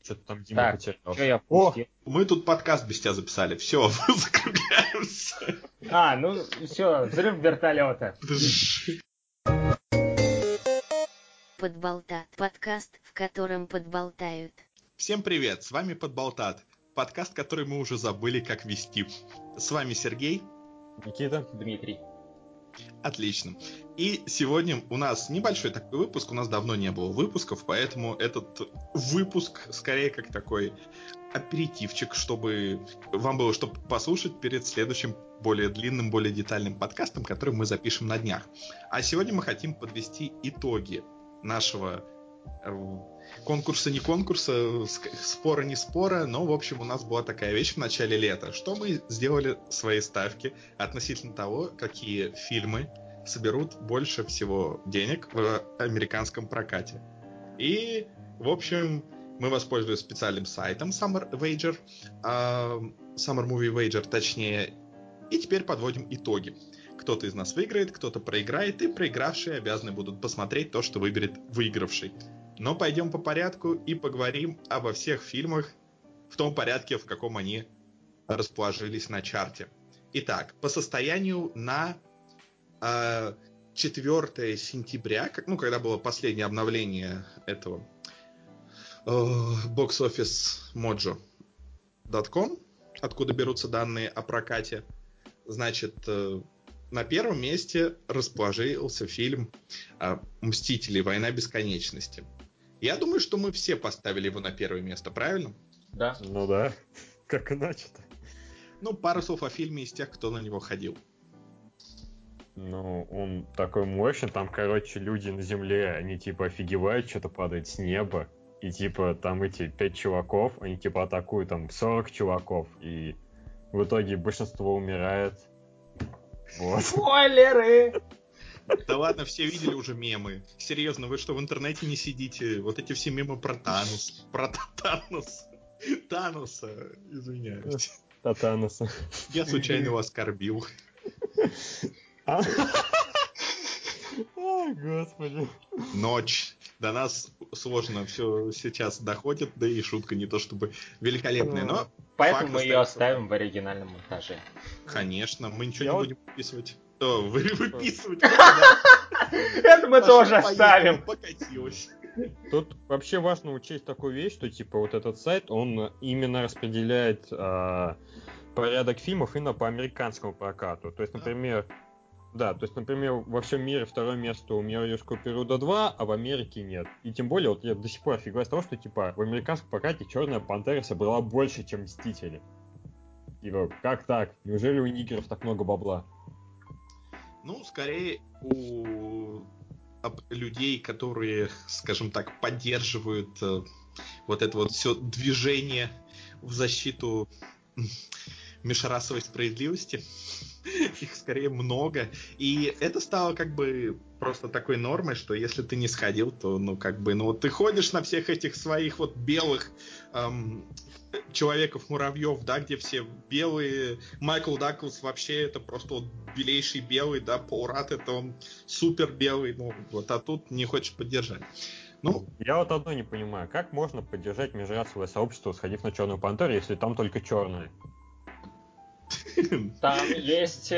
Что-то там Дима Так, потерял. что я О, пустил? мы тут подкаст без тебя записали. Все, закругляемся. Ну все, взрыв вертолета. Подболтат. Подкаст, в котором подболтают. Всем привет, с вами Подболтат. Подкаст, который мы уже забыли, как вести. С вами Сергей. Никита. Дмитрий. Отлично. И сегодня у нас небольшой такой выпуск, у нас давно не было выпусков, поэтому этот выпуск скорее как такой аперитивчик, чтобы вам было что послушать перед следующим более длинным, более детальным подкастом, который мы запишем на днях. А сегодня мы хотим подвести итоги нашего конкурса, не конкурса, спора, не спора, но, в общем, у нас была такая вещь в начале лета, что мы сделали свои ставки относительно того, какие фильмы соберут больше всего денег в американском прокате. И, в общем, мы воспользовались специальным сайтом Summer Wager, Summer Movie Wager, точнее, и теперь подводим итоги. Кто-то из нас выиграет, кто-то проиграет, и проигравшие обязаны будут посмотреть то, что выберет выигравший. Но пойдем по порядку и поговорим обо всех фильмах в том порядке, в каком они расположились на чарте. Итак, по состоянию на 4 сентября, когда было последнее обновление этого boxofficemojo.com, откуда берутся данные о прокате, значит, на первом месте расположился фильм «Мстители. Война бесконечности». Я думаю, что мы все поставили его на первое место, правильно? Да. Ну да, как иначе-то? Пару слов о фильме из тех, кто на него ходил. Он такой мощный, там, люди на земле, они, офигевают, что-то падает с неба, и, там эти 5 чуваков, они, атакуют, 40 чуваков, и в итоге большинство умирает. Вот. Спойлеры! Да ладно, все видели уже мемы. Серьезно, вы что, в интернете не сидите? Вот эти все мемы про Танос. Таноса, извиняюсь. Таноса. Я случайно его оскорбил. О, господи. Ночь. До нас сложно все сейчас доходит, да и шутка не то чтобы великолепная, но Поэтому мы ее остается. оставим в оригинальном монтаже. Конечно, мы ничего Я не вот- будем выписывать. Выписывать. Это мы тоже оставим. Покатилось. Тут вообще важно учесть такую вещь, что вот этот сайт, он именно распределяет порядок фильмов именно по американскому прокату. То есть, например, во всем мире второе место у «Мира юрского периода 2», а в Америке нет. И тем более, вот я до сих пор офигеваю с того, что в американском прокате «Черная пантера» собрала больше, чем «Мстители». Как так? Неужели у нигеров так много бабла? Скорее у людей, которые, скажем так, поддерживают вот это вот все движение в защиту межрасовой справедливости. Их скорее много. И это стало просто такой нормой, что если ты не сходил, то ты ходишь на всех этих своих вот белых Человеков-муравьев, да, где все белые. Майкл Даглас вообще это просто вот белейший белый, да, Пол Радд это он супер белый, а тут не хочешь поддержать. Я вот одно не понимаю, как можно поддержать межрасовое сообщество, сходив на «Черную пантеру», если там только черные? Там есть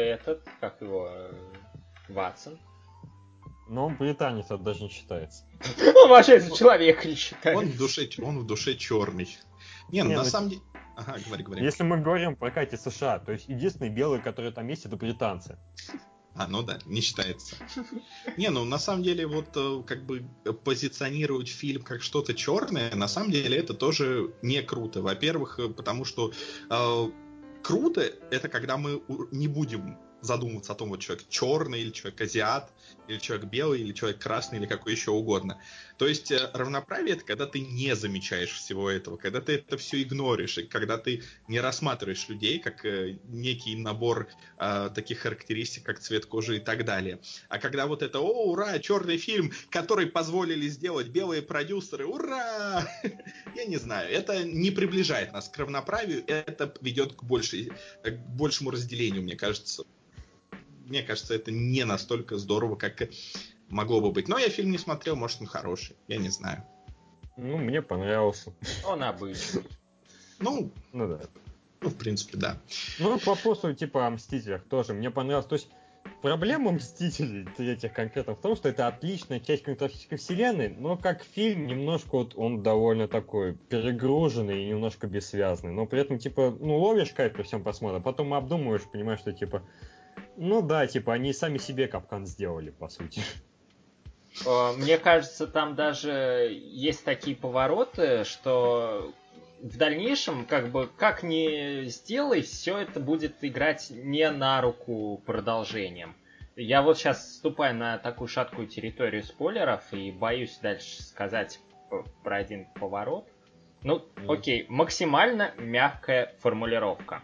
Ватсон. Но британец это даже не считается. Он вообще за человека не считает. Он в душе черный. На самом деле... Ага, говори. Если мы говорим о прокате США, то есть единственные белые, которые там есть, это британцы. Не считается. На самом деле, позиционировать фильм как что-то черное, на самом деле это тоже не круто. Во-первых, потому что круто это когда мы не будем задумываться о том, вот человек черный, или человек азиат, или человек белый, или человек красный, или какой еще угодно. То есть равноправие — это когда ты не замечаешь всего этого, когда ты это все игноришь, и когда ты не рассматриваешь людей как некий набор таких характеристик, как цвет кожи и так далее. А когда вот это, ура, черный фильм, который позволили сделать белые продюсеры, ура! Я не знаю, это не приближает нас к равноправию, это ведет к большему разделению, мне кажется. Мне кажется, это не настолько здорово, как могло бы быть. Но я фильм не смотрел, может, он хороший, я не знаю. Ну, мне понравился. Он обычный. Ну, Ну да. в принципе, да. Ну, по вопросу, типа, о Мстителях тоже мне понравилось. То есть, проблема Мстителей этих конкретно в том, что это отличная часть кинематографической вселенной, но как фильм немножко вот он довольно такой перегруженный и немножко бессвязный. Но при этом, типа, ну, ловишь кайф при всем просмотре, потом обдумываешь, понимаешь, что, типа, ну да, типа, они сами себе капкан сделали, по сути. Мне кажется, там даже есть такие повороты, что в дальнейшем, как бы, как ни сделай, все это будет играть не на руку продолжением. Я вот сейчас вступаю на такую шаткую территорию спойлеров и боюсь дальше сказать про один поворот. Ну, окей, максимально мягкая формулировка.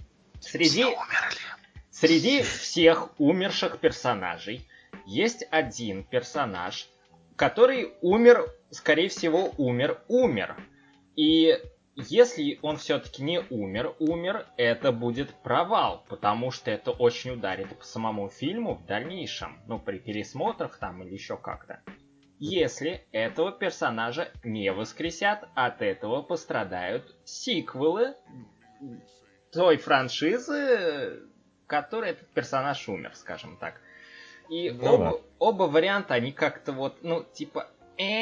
Среди всех умерших персонажей есть один персонаж, который умер, скорее всего, умер. И если он все-таки не умер, это будет провал, потому что это очень ударит по самому фильму в дальнейшем, ну, при пересмотрах там или еще как-то. Если этого персонажа не воскресят, от этого пострадают сиквелы той франшизы, в которой этот персонаж умер, скажем так. И Ну оба варианта, они как-то вот, ну, типа,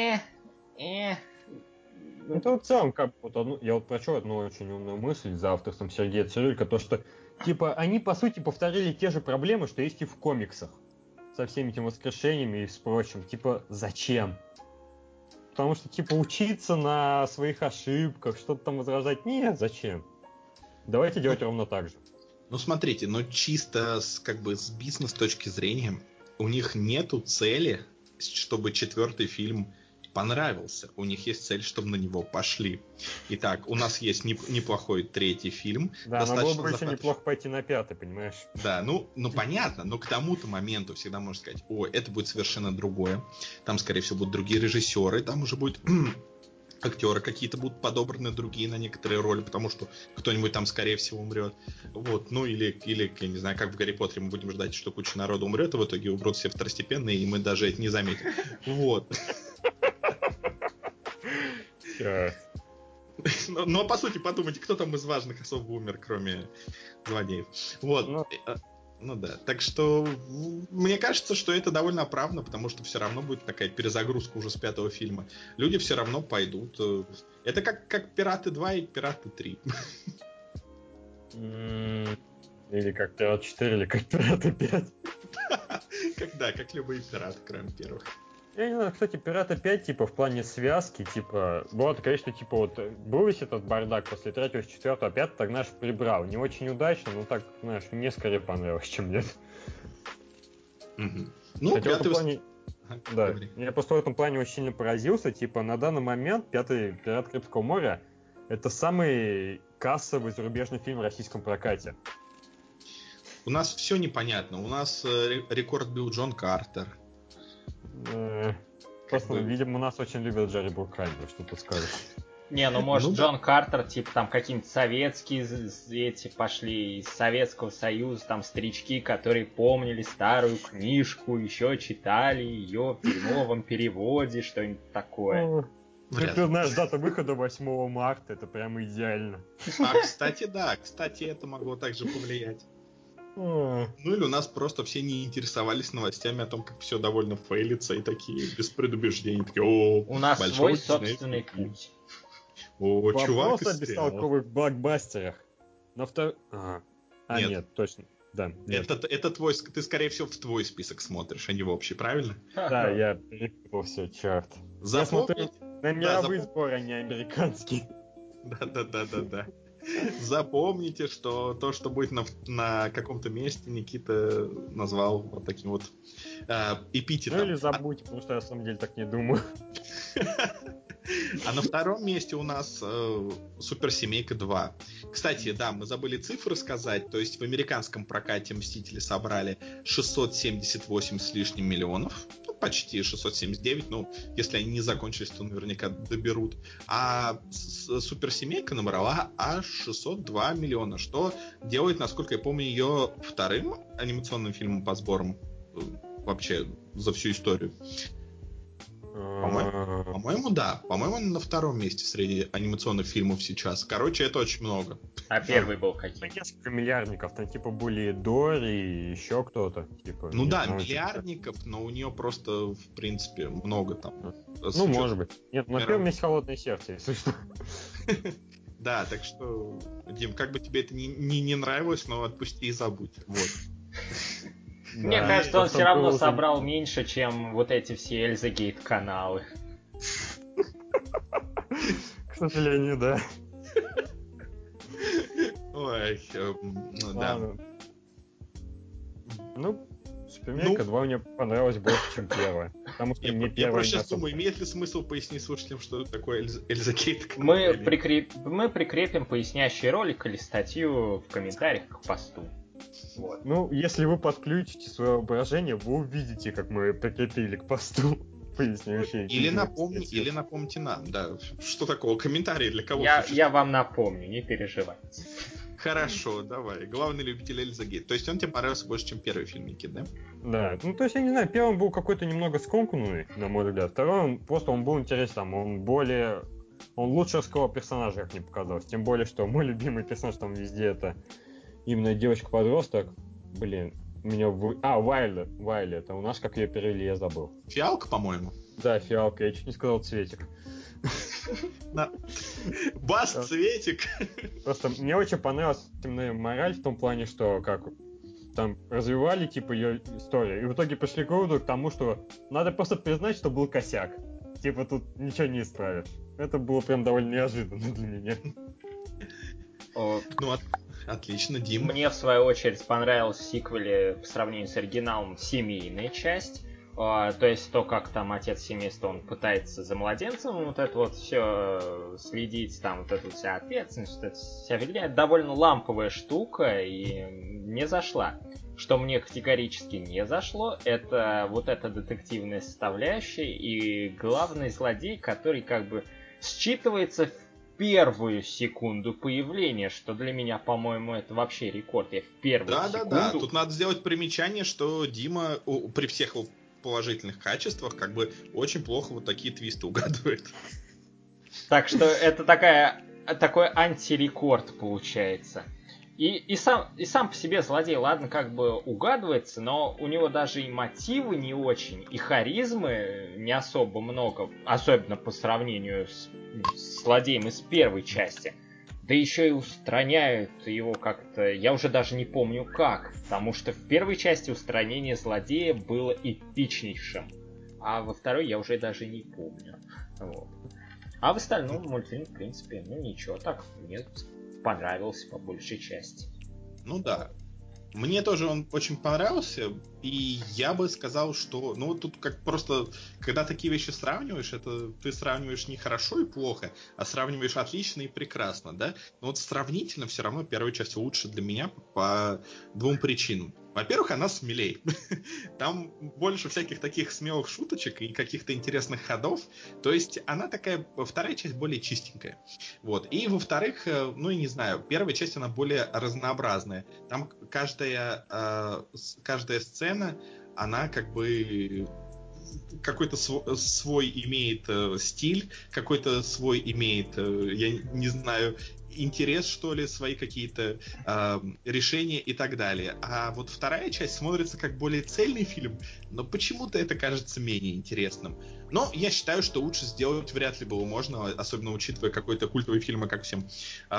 Ну, это в целом, как вот я вот прочел одну очень умную мысль за авторством Сергея Цирюлька, то что, типа, они, по сути, повторили те же проблемы, что есть и в комиксах. Со всеми этими воскрешениями и с прочим. Типа, зачем? Потому что, типа, учиться на своих ошибках, что-то там возражать, нет, зачем? Давайте делать ровно так же. Ну, смотрите, но чисто как бы с бизнес точки зрения у них нету цели, чтобы 4-й фильм понравился. У них есть цель, чтобы на него пошли. Итак, у нас есть неплохой 3-й фильм. Да, но было бы еще неплохо пойти на 5-й, понимаешь? Да, ну понятно, но к тому-то моменту всегда можно сказать, это будет совершенно другое. Там, скорее всего, будут другие режиссеры, там уже будет актеры какие-то будут подобраны другие на некоторые роли, потому что кто-нибудь там, скорее всего, умрет. Вот, ну или, я не знаю, как в Гарри Поттере мы будем ждать, что куча народа умрет, и в итоге умрут все второстепенные, и мы даже это не заметим. Вот. Но, по сути, подумайте, кто там из важных особо умер, кроме злодеев. Вот. Ну да, так что мне кажется, что это довольно оправдано, потому что все равно будет такая перезагрузка уже с 5-го фильма. Люди все равно пойдут. Это как «Пираты 2» и «Пираты 3». Или как «Пират 4», или как «Пираты 5». Да, как любые пираты, кроме первых. Я не знаю, кстати, «Пираты 5», типа, в плане связки, типа, было такое, что, типа, вот, был весь этот бардак после 3-го, 4-го, а 5-й так, знаешь, прибрал. Не очень удачно, но так, знаешь, мне скорее понравилось, чем нет. Ну, кстати, в этом плане... Да, говори. я просто в этом плане очень сильно поразился, типа, на данный момент 5-й «Пират Карибского моря» — это самый кассовый зарубежный фильм в российском прокате. У нас все непонятно. У нас рекорд бил Джон Картер. Просто, видимо, нас очень любят Джерри Брукхаймер, что тут скажешь. Не, ну может Джон Картер, типа там какие-нибудь советские эти пошли из Советского Союза, там старички, которые помнили старую книжку, еще читали ее в новом переводе, что-нибудь такое. Ты знаешь, дата выхода 8 марта, это прям идеально. Кстати, да, это могло также повлиять. Ну или у нас просто все не интересовались новостями о том, как все довольно фейлится, и такие без предубеждений, такие, у нас свой собственный путь. Вопрос о бестолковых блокбастерах. На второй... Нет, точно. Да, нет. Это твой, ты, скорее всего, в твой список смотришь, а не в общий, правильно? Да, я перепутал все, черт. Я смотрю на мировые сборы, а не американские. Да. Запомните, что то, что будет на каком-то месте, Никита назвал вот таким вот эпитетом. Ну или забудьте, потому что я на самом деле так не думаю. А на втором месте у нас «Суперсемейка 2». Кстати, да, мы забыли цифры сказать. То есть в американском прокате «Мстители» собрали 678 с лишним миллионов. Ну, почти 679. Ну, если они не закончились, то наверняка доберут. А «Суперсемейка» набрала аж 602 миллиона, что делает, насколько я помню, ее вторым анимационным фильмом по сборам вообще за всю историю. По-моему, да. По-моему, он на втором месте среди анимационных фильмов сейчас. Короче, это очень много. А первый был каким? Несколько миллиардников, там типа были Дори и еще кто-то. Типа, Ну да, знаю, миллиардников, но у нее просто, в принципе, много там. Ну, может быть. Нет, на первом месте «Холодное сердце», если что. Да, так что, Дим, как бы тебе это не нравилось, но отпусти и забудь. Вот. Мне кажется, он все равно собрал меньше, чем вот эти все Эльзагейт каналы. К сожалению, да. Ой, ну да. Ну, Супермейка 2 мне понравилось больше, чем первая. Потому что мне Я первая просто не сейчас особо... думаю, имеет ли смысл пояснить слушателям, что такое Эльзагейт? Мы прикрепим поясняющий ролик или статью в комментариях к посту. Вот. Ну, если вы подключите свое воображение, вы увидите, как мы прикрепили к посту поясняющие. Или напомните нам, да. Что такого? Комментарии для кого? Я вам напомню, не переживайте. Хорошо, давай. Главный любитель Эльзагейт. То есть он тебе понравился больше, чем первый фильм, Никит, да? Да, ну то есть я не знаю, первый был какой-то немного скомканный, на мой взгляд. Второй, он был интересным, он лучше раскрывал персонажа, как мне показалось. Тем более, что мой любимый персонаж там везде это именно девочка-подросток. Блин, Вайлет. А у нас как ее перевели, я забыл. Фиалка, по-моему. Да, фиалка, я чуть не сказал Цветик. Бас, Цветик. Просто мне очень понравилась именно мораль в том плане, что как там развивали типа ее историю, и в итоге пришли к выводу к тому, что надо просто признать, что был косяк. Типа тут ничего не исправят. Это было прям довольно неожиданно для меня. Ну, отлично, Дим. Мне, в свою очередь, понравилась в сиквеле по сравнению с оригиналом семейная часть. То есть то, как там отец семейства, он пытается за младенцем вот это вот все следить, там вот эта вся ответственность, вот эта вся фигня, это довольно ламповая штука и не зашла. Что мне категорически не зашло, это вот эта детективная составляющая и главный злодей, который как бы считывается в первую секунду появления, что для меня, по-моему, это вообще рекорд. Я в первую секунду... Да. Тут надо сделать примечание, что Дима при всех его положительных качествах как бы очень плохо вот такие твисты угадывает. Так что это такой антирекорд получается. И сам по себе злодей, ладно, как бы угадывается, но у него даже и мотивы не очень, и харизмы не особо много, особенно по сравнению с злодеем из первой части. Да еще и устраняют его как-то, я уже даже не помню как, потому что в первой части устранение злодея было эпичнейшим, а во второй я уже даже не помню. Вот. А в остальном мультфильм, в принципе, ну ничего, так мне понравился по большей части. Ну да. Мне тоже он очень понравился, и я бы сказал, что, ну вот тут как просто, когда такие вещи сравниваешь, это ты сравниваешь не хорошо и плохо, а сравниваешь отлично и прекрасно, да? Но вот сравнительно все равно первая часть лучше для меня по двум причинам. Во-первых, она смелей. Там больше всяких таких смелых шуточек и каких-то интересных ходов. То есть она такая, вторая часть более чистенькая. Вот. И во-вторых, ну я не знаю, первая часть она более разнообразная. Там каждая сцена, она как бы какой-то свой имеет стиль, какой-то свой имеет, я не знаю, интерес, что ли, свои какие-то решения и так далее. А вот вторая часть смотрится как более цельный фильм, но почему-то это кажется менее интересным. Но я считаю, что лучше сделать вряд ли было можно, особенно учитывая какой-то культовый фильм, и как всем...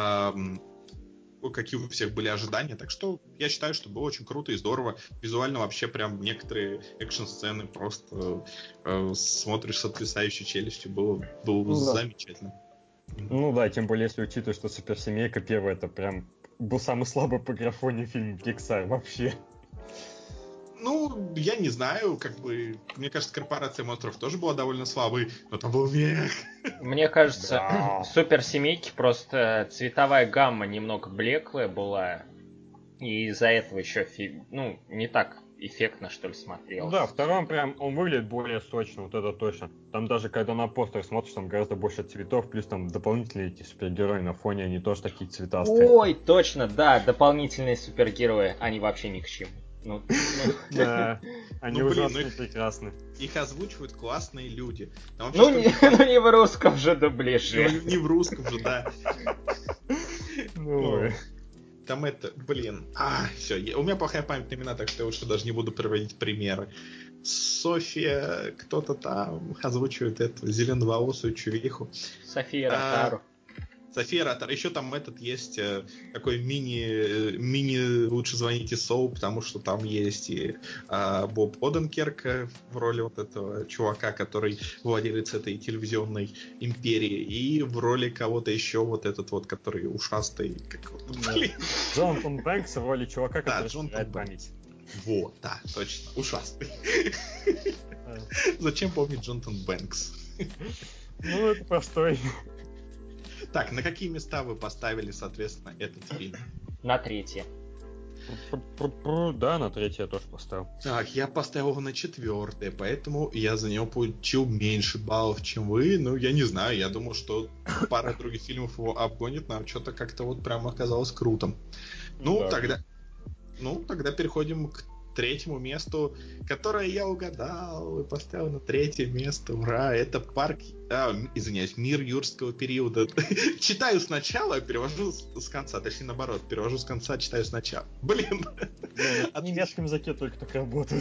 какие у всех были ожидания. Так что я считаю, что было очень круто и здорово. Визуально вообще прям некоторые экшн-сцены просто смотришь с отвисающей челюстью. Было замечательно. Ну да, тем более если учитывать, что Суперсемейка первая, это прям был самый слабый по графоне фильм Pixar вообще. Ну, я не знаю, как бы, мне кажется, Корпорация монстров тоже была довольно слабой, но там был мех. Мне кажется, Да. Суперсемейки просто цветовая гамма немного блеклая была, и из-за этого еще фильм, не так эффектно, что ли, смотрелся. Да, втором прям он выглядит более сочно, вот это точно. Там даже когда на постер смотришь, там гораздо больше цветов, плюс там дополнительные эти супергерои на фоне, они тоже такие цветастые. Ой, точно, да, дополнительные супергерои, они вообще ни к чему. Да. Они блин, ужасно прекрасны. их озвучивают классные люди. Там Ну, вообще не в русском же дубляже. не в русском же, да. Ну, Там это, блин. Все, у меня плохая память на имена, так что я лучше даже не буду приводить примеры. София, кто-то там озвучивает эту зеленоволосую чувиху. София Ротару. София Ротару. Еще там этот есть такой мини лучше звоните Соу, потому что там есть и Боб Оденкерк в роли вот этого чувака, который владелец этой телевизионной империи, и в роли кого-то еще вот этот вот, который ушастый. Джонатан Бэнкс в роли чувака, который Джонатан стирает Бэнкс. память. Вот, да, точно, ушастый. Зачем помнить Джонатан Бэнкс? Ну, это простой. Так, на какие места вы поставили, соответственно, этот фильм? На 3. Да, на 3 я тоже поставил. Так, я поставил его на 4, поэтому я за него получил меньше баллов, чем вы. Ну, я не знаю, я думал, что пара других фильмов его обгонит, но что-то как-то вот прям оказалось круто. Тогда переходим к 3 месту, которое я угадал и поставил на 3 место. Ура! Это мир юрского периода. Читаю сначала, перевожу с конца. Точнее, наоборот, перевожу с конца, читаю сначала. Блин! На немецком языке только так работает.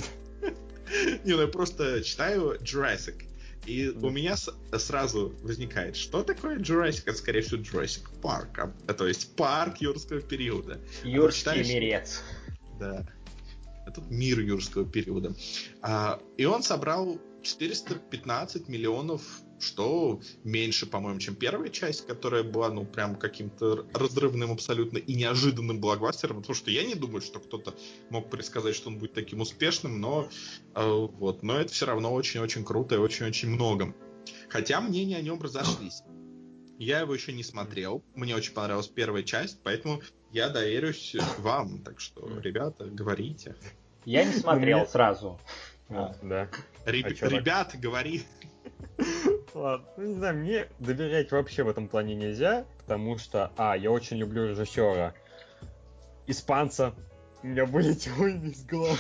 Я просто читаю Jurassic. И у меня сразу возникает, что такое Jurassic? Это, скорее всего, Jurassic Park. То есть парк юрского периода. Юрский мирец. Да. Это мир юрского периода. И он собрал 415 миллионов, что меньше, по-моему, чем первая часть, которая была, прям каким-то разрывным абсолютно и неожиданным блокбастером, потому что я не думаю, что кто-то мог предсказать, что он будет таким успешным, но это все равно очень-очень круто и очень-очень много. Хотя мнения о нем разошлись. Я его еще не смотрел, мне очень понравилась первая часть, поэтому я доверюсь вам. Так что, ребята, говорите. Я не смотрел сразу. Да. Ребят, говори. Ладно, не знаю, мне доверять вообще в этом плане нельзя, потому что, я очень люблю режиссера испанца. У меня вылетело из головы.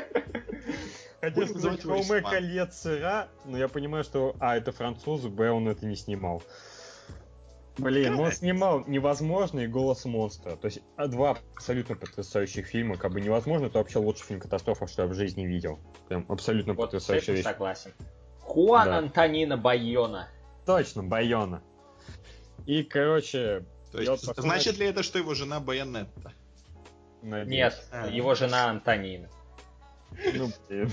Хотел сказать, Холме колец сыра, но я понимаю, что это французы, он это не снимал. Блин, он снимал «Невозможно» и «Голос монстра». То есть 2 абсолютно потрясающих фильма. Как бы «Невозможно» — это вообще лучший фильм катастрофа, что я в жизни видел. Прям абсолютно потрясающая вещь. Согласен. Хуан Антонино Байона. Точно, Байона. И, короче... Значит ли это, что его жена Байонетта? Нет, его жена Антонина. Блин.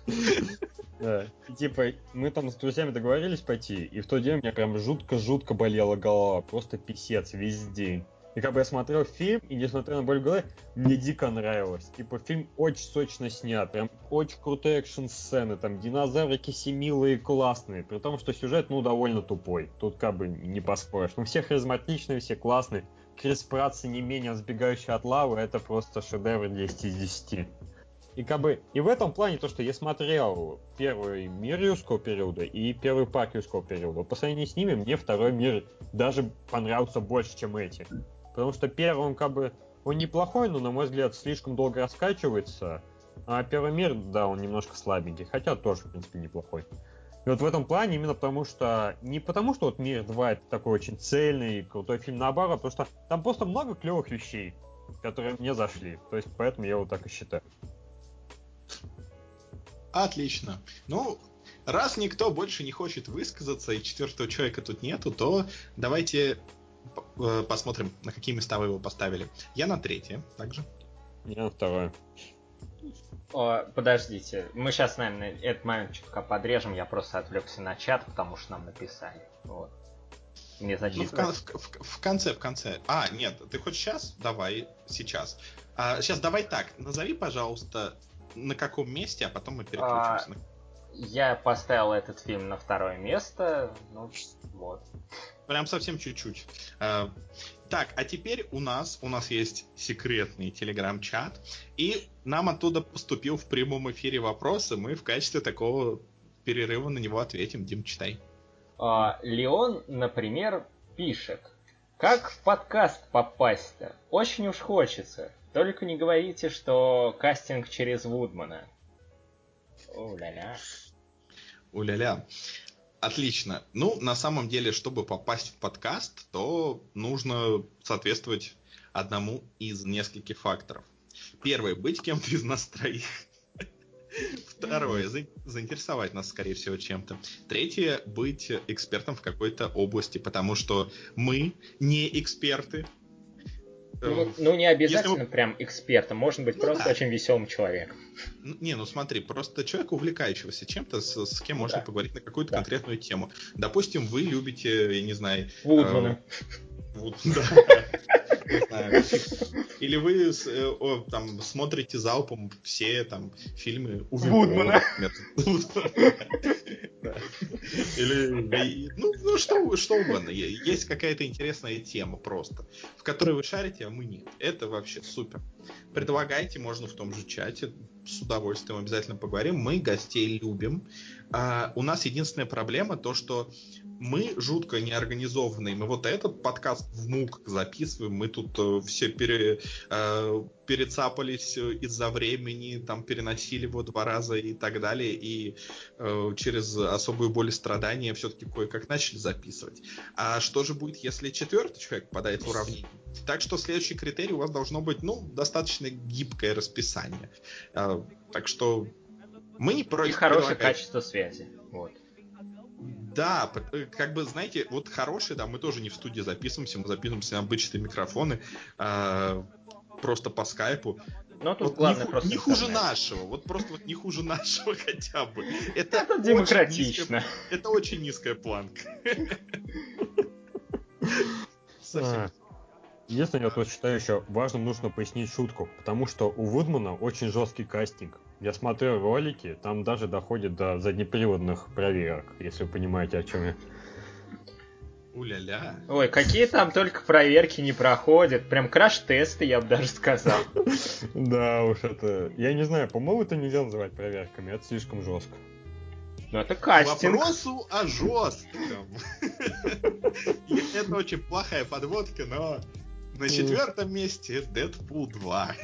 Да. И типа, мы там с друзьями договорились пойти, и в тот день у меня прям жутко-жутко болела голова. Просто писец весь день. И как бы я смотрел фильм, и несмотря на боль в голове, мне дико нравилось. Типа, фильм очень сочно снят, прям очень крутые экшн-сцены, там динозаврики все милые и классные, при том, что сюжет, довольно тупой. Тут как бы не поспоришь. Все харизматичные, все классные. Крис Пратт не менее сбегающий от лавы, это просто шедевр 10 из 10. И как бы, и в этом плане то, что я смотрел первый мир юрского периода и первый парк юрского периода, по сравнению с ними мне второй мир даже понравился больше, чем эти. Потому что первый, он неплохой, но, на мой взгляд, слишком долго раскачивается, а первый мир, да, он немножко слабенький, хотя тоже, в принципе, неплохой. И вот в этом плане именно не потому, что вот «Мир 2» это такой очень цельный, крутой фильм, наоборот, потому что там просто много клевых вещей, которые мне зашли. То есть, поэтому я вот так и считаю. Отлично. Раз никто больше не хочет высказаться, и 4-го человека тут нету, то давайте посмотрим, на какие места вы его поставили. Я на 3 также. Я на 2. Подождите, мы сейчас, наверное, этот момент чутка подрежем, я просто отвлекся на чат, потому что нам написали. Вот. Мне зачитывать? В конце. Нет, ты хочешь сейчас? Давай, сейчас. Сейчас давай так, назови, пожалуйста, на каком месте, а потом мы переключимся. Я поставил этот фильм на 2 место, вот. Прям совсем чуть-чуть. Так, а теперь у нас есть секретный телеграм-чат, и нам оттуда поступил в прямом эфире вопрос, и мы в качестве такого перерыва на него ответим. Дим, читай. Леон, например, пишет: как в подкаст попасть-то? Очень уж хочется. Только не говорите, что кастинг через Вудмана. О-ля-ля. Уля-ля. Отлично. Ну, на самом деле, чтобы попасть в подкаст, то нужно соответствовать одному из нескольких факторов. Первое, быть кем-то из нас троих. Второе, заинтересовать нас, скорее всего, чем-то. Третье, быть экспертом в какой-то области, потому что мы не эксперты. Ну, не обязательно прям экспертом, можно быть просто очень веселым человеком. Не, ну смотри, просто человек, увлекающегося чем-то, с кем можно поговорить на какую-то конкретную тему. Допустим, вы любите, я не знаю... Вудмана. Или вы там смотрите залпом все там фильмы Вудмана. Или, ну, что угодно. Есть какая-то интересная тема просто, в которой вы шарите, а мы нет. Это вообще супер. Предлагайте, можно в том же чате. С удовольствием обязательно поговорим. Мы гостей любим. У нас единственная проблема то, что мы жутко неорганизованные. Мы вот этот подкаст в муках записываем. Мы тут все перецапались из-за времени, там переносили его 2 раза и так далее. И через особую боль и страдания все-таки кое-как начали записывать. А что же будет, если 4-й человек попадает в уравнение? Так что следующий критерий у вас должно быть, достаточно гибкое расписание. Так что мы не против. И хорошее качество связи. Вот. Да, как бы, знаете, вот хорошие, да, мы тоже не в студии записываемся, мы записываемся на обычные микрофоны, просто по скайпу. Но тут вот главное просто не хуже нашего, вот просто вот не хуже нашего хотя бы. Это демократично. Это очень низкая планка. Единственное, я тут считаю еще важным нужно пояснить шутку, потому что у Вудмана очень жесткий кастинг. Я смотрю ролики, там даже доходит до заднеприводных проверок, если вы понимаете, о чем я. Уля-ля. Ой, какие там только проверки не проходят. Прям краш-тесты, я бы даже сказал. Да уж, это... Я не знаю, по-моему, это нельзя называть проверками, это слишком жестко. Ну это кастинг. К вопросу о жестком. Это очень плохая подводка, но на 4-м месте Дэдпул 2.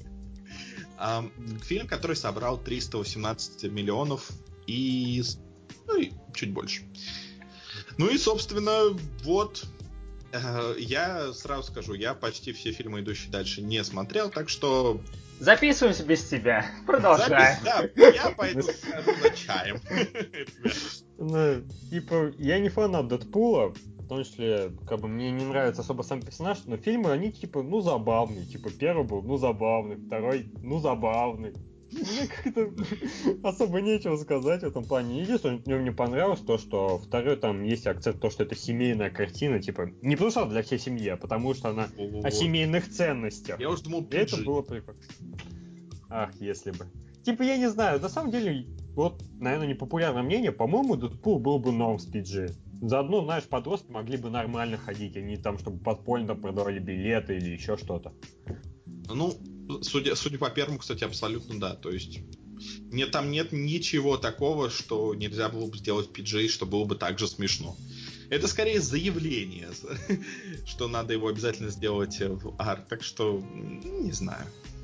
Фильм, который собрал 318 миллионов и чуть больше. Ну и, собственно, вот, я сразу скажу, я почти все фильмы, идущие дальше, не смотрел, так что... Записываемся без тебя. Продолжаем. Да, я пойду схожу за чаем. Ну, типа, я не фанат Дэдпула, в том числе, как бы, мне не нравится особо сам персонаж, но фильмы, они, типа, забавные. Типа, первый был, забавный, второй, забавный. Мне как-то особо нечего сказать в этом плане. Единственное, что мне понравилось, то, что второй там есть акцент, то, что это семейная картина, типа, не потому что она для всей семьи, а потому что она о семейных ценностях. Я уж думал, и это было прикольно. Ах, если бы. Типа, я не знаю, на самом деле, вот, наверное, непопулярное мнение, по-моему, Дэдпул был бы норм с PG. Заодно, знаешь, подростки могли бы нормально ходить, а не там, чтобы подпольно продавали билеты или еще что-то. Ну, судя по первому, кстати, абсолютно да. То есть там нет ничего такого, что нельзя было бы сделать PG, что было бы так же смешно. Это скорее заявление, что надо его обязательно сделать в R. Так что, не знаю.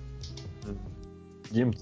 Дим,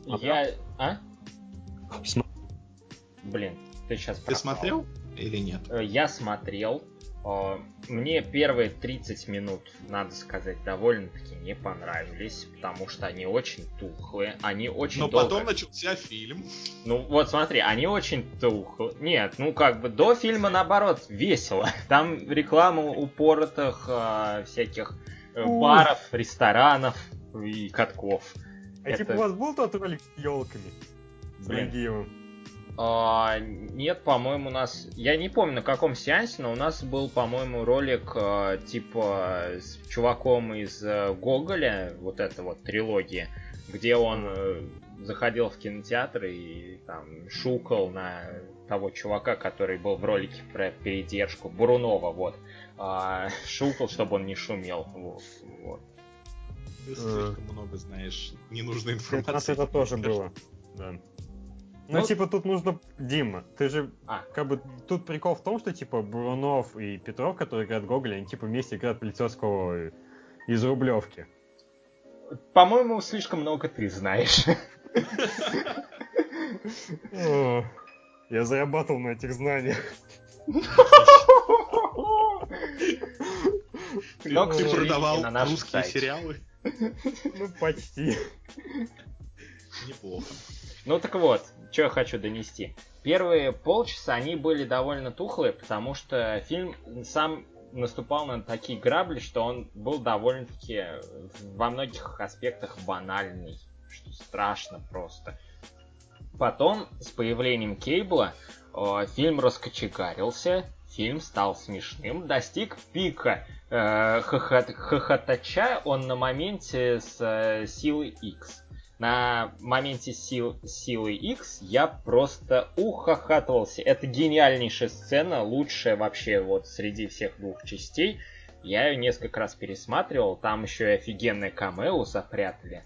Блин, ты сейчас Ты смотрел или нет? Я смотрел. Мне первые 30 минут, надо сказать, довольно-таки не понравились, потому что они очень тухлые, они очень долго... Но потом начался фильм. Ну вот смотри, они очень тухлые. Нет, как бы до фильма наоборот весело. Там реклама упоротых всяких баров, ресторанов и катков. Типа у вас был тот ролик с елками? С Нагиевым? Нет, по-моему, у нас... Я не помню, на каком сеансе, но у нас был, по-моему, ролик типа с чуваком из Гоголя, вот эта вот трилогия, где он заходил в кинотеатр и там шукал на того чувака, который был в ролике про передержку, Бурунова, вот. Шукал, чтобы он не шумел. Вот. Ты слишком много знаешь ненужной информации. Это тоже было, да. Ну, типа, тут нужно... Дима, ты же... Как бы, тут прикол в том, что, типа, Бурунов и Петров, которые играют Гоголя, они, типа, вместе играют полицейского из Рублевки. По-моему, слишком много ты знаешь. О, я зарабатывал на этих знаниях. Но, к Ты сожалению, продавал на нашем русские сайте. сериалы? Ну, почти. Неплохо. Ну так вот, что я хочу донести. Первые полчаса они были довольно тухлые, потому что фильм сам наступал на такие грабли, что он был довольно-таки во многих аспектах банальный, что страшно просто. Потом, с появлением Кейбла, фильм раскочегарился, фильм стал смешным, достиг пика хохотача он на моменте с силы X. На моменте силы X я просто ухахатывался. Это гениальнейшая сцена, лучшая вообще вот среди всех двух частей. Я ее несколько раз пересматривал, там еще и офигенное камео запрятали.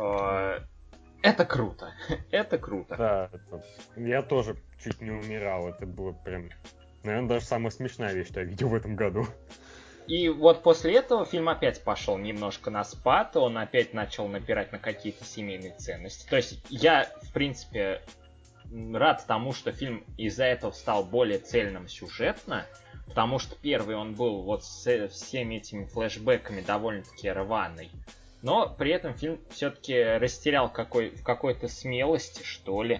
Это круто, это круто. Да, я тоже чуть не умирал, это было прям, наверное, даже самая смешная вещь, что я видел в этом году. И вот после этого фильм опять пошел немножко на спад, он опять начал напирать на какие-то семейные ценности. То есть я, в принципе, рад тому, что фильм из-за этого стал более цельным сюжетно, потому что первый он был вот с всеми этими флешбэками довольно-таки рваный. Но при этом фильм все-таки растерял в какой-то смелости, что ли.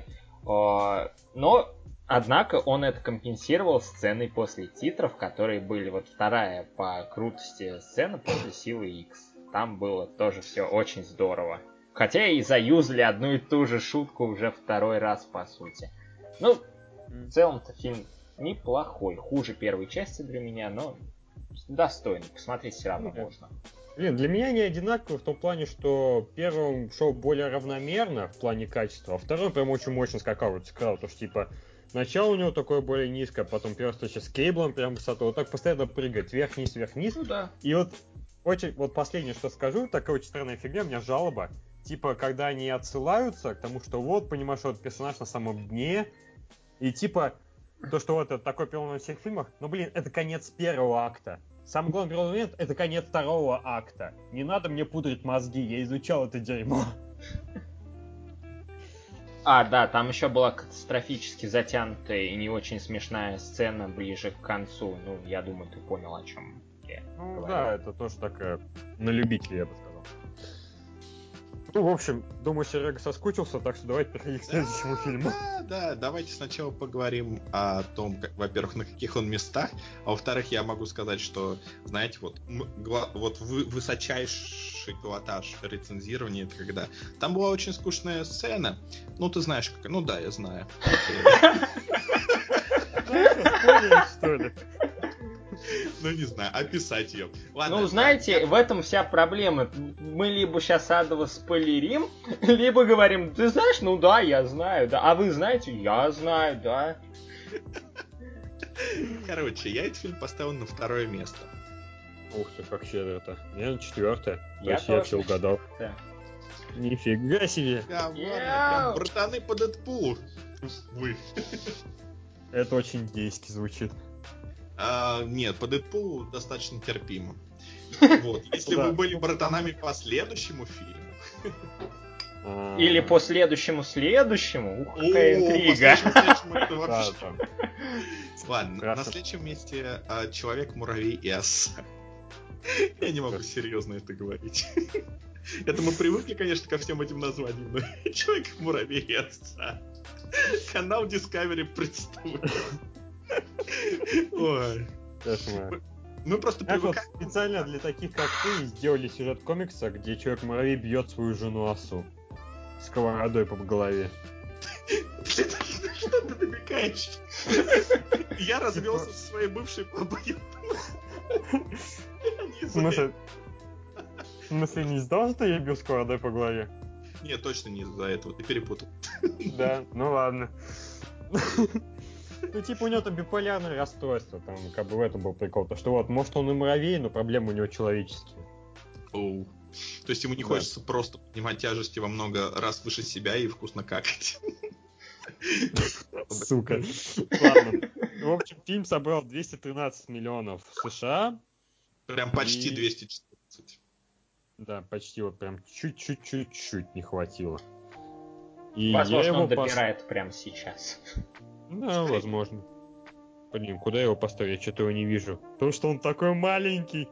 Но, однако, он это компенсировал сценой после титров, которые были вот вторая по крутости сцена после Силы X. Там было тоже все очень здорово. Хотя и заюзали одну и ту же шутку уже второй раз, по сути. Ну, в целом-то фильм неплохой. Хуже первой части для меня, но достойный. Посмотреть все равно можно. Блин, для меня они одинаковые в том плане, что первым шел более равномерно в плане качества, а второй прям очень мощно скакал, потому что типа начало у него такое более низкое, потом первая встреча с Кейблом прям высоту, вот так постоянно прыгает вверх-вниз, вверх-вниз. Ну да. И вот последнее, что скажу, такая очень странная фигня, у меня жалоба, типа когда они отсылаются к тому, что вот, понимаешь, что вот персонаж на самом дне, и типа то, что вот это такой перелом во всех фильмах, но, блин, это конец первого акта. Самый главный переломный момент — это конец второго акта. Не надо мне пудрить мозги, я изучал это дерьмо. Да, там еще была катастрофически затянутая и не очень смешная сцена ближе к концу. Ну, я думаю, ты понял, о чем я говорю. Да, это тоже такая на любителя, я бы сказал. Ну, в общем, думаю, Серега соскучился, так что давайте перейдем к следующему фильму. Да, давайте сначала поговорим о том, во-первых, на каких он местах, а во-вторых, я могу сказать, что, знаете, вот высочайший пилотаж рецензирования, это когда там была очень скучная сцена, ну, ты знаешь, как... Ну да, я знаю. Что ли? Ну, не знаю, описать ее. Ладно, ну, знаете, в этом вся проблема. Мы либо сейчас адово спойлерим, либо говорим, ты знаешь, ну да, я знаю, да. А вы знаете, я знаю, да. Короче, я этот фильм поставил на второе место. Ух ты, как щедро-то. Я на четвертое. Я Почти я все угадал. Да. Нифига себе. Прям братаны по Дэдпулу. Вы. Это очень гейски звучит. Нет, по Дэдпулу достаточно терпимо. Вот. Если вы были братанами по следующему фильму... Или по следующему. Ух, какая интрига. Ладно, на следующем месте Человек-муравей и оса. Я не могу серьезно это говорить. Это мы привыкли, конечно, ко всем этим названиям, но Человек-муравей и оса. Канал Discovery представляет. Ой. Мы просто привыкаем. Вот специально для таких, как ты, сделали сюжет комикса, где Человек-муравей бьет свою жену осу сковородой по голове. Что ты намекаешь? Я развелся со своей бывшей папой. В смысле, не знал, что я бил сковородой по голове? Нет, точно не из-за этого, ты перепутал. Да, ну ладно. Ну, типа, у него там биполярное расстройство, там, как бы в этом был прикол. То, что вот, может, он и муравей, но проблемы у него человеческие. Оу. То есть ему не хочется просто поднимать тяжести во много раз выше себя и вкусно какать. Сука. Ладно. В общем, фильм собрал 213 миллионов США. Прям почти 214. Да, почти вот прям чуть-чуть не хватило. И Возможно, я его он добирает прямо сейчас. Да, возможно. Блин, куда я его поставить? Я что-то его не вижу. Потому что он такой маленький.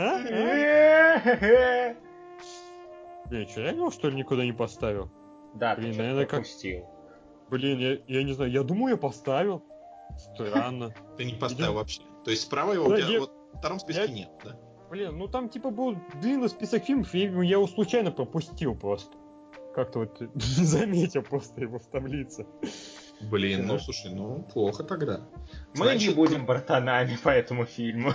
Блин, что, я его что ли никуда не поставил? Да, Блин, ты наверное, что-то как... пропустил. Блин, я не знаю, я думаю, я поставил. Странно. Ты не поставил Видимо- вообще. То есть справа его у Да, тебя я- вот в втором списке я- нет, да? Блин, ну там типа был длинный список фильмов, и я его случайно пропустил просто. Как-то вот не заметил просто его в таблице. Блин, ну Да. слушай, ну плохо тогда. Мы не Значит, будем братанами по этому фильму.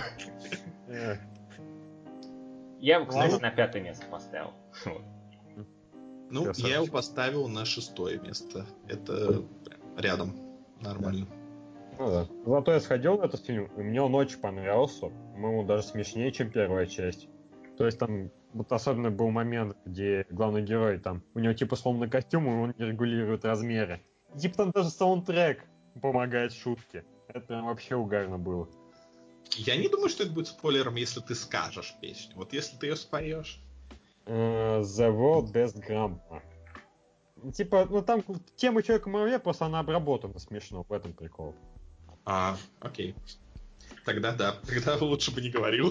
Я его, кстати, Ладно. на 5-е место поставил. Вот. Ну, Красавчик. я его поставил на 6-е место. Это прям рядом. Нормально. Ну да. Зато я сходил на этот фильм, и мне он очень понравился. По-моему, даже смешнее, чем первая часть. То есть там вот особенно был момент, где главный герой там, у него типа сломанный костюм, и он не регулирует размеры. И, типа там даже саундтрек помогает шутке. Это прям вообще угарно было. Я не думаю, что это будет спойлером, если ты скажешь песню. Вот если ты ее споешь. The World Best Grandpa. Типа, ну там тема Человека-муравья, просто она обработана смешно, в этом прикол. Окей. Тогда да. Тогда лучше бы не говорил.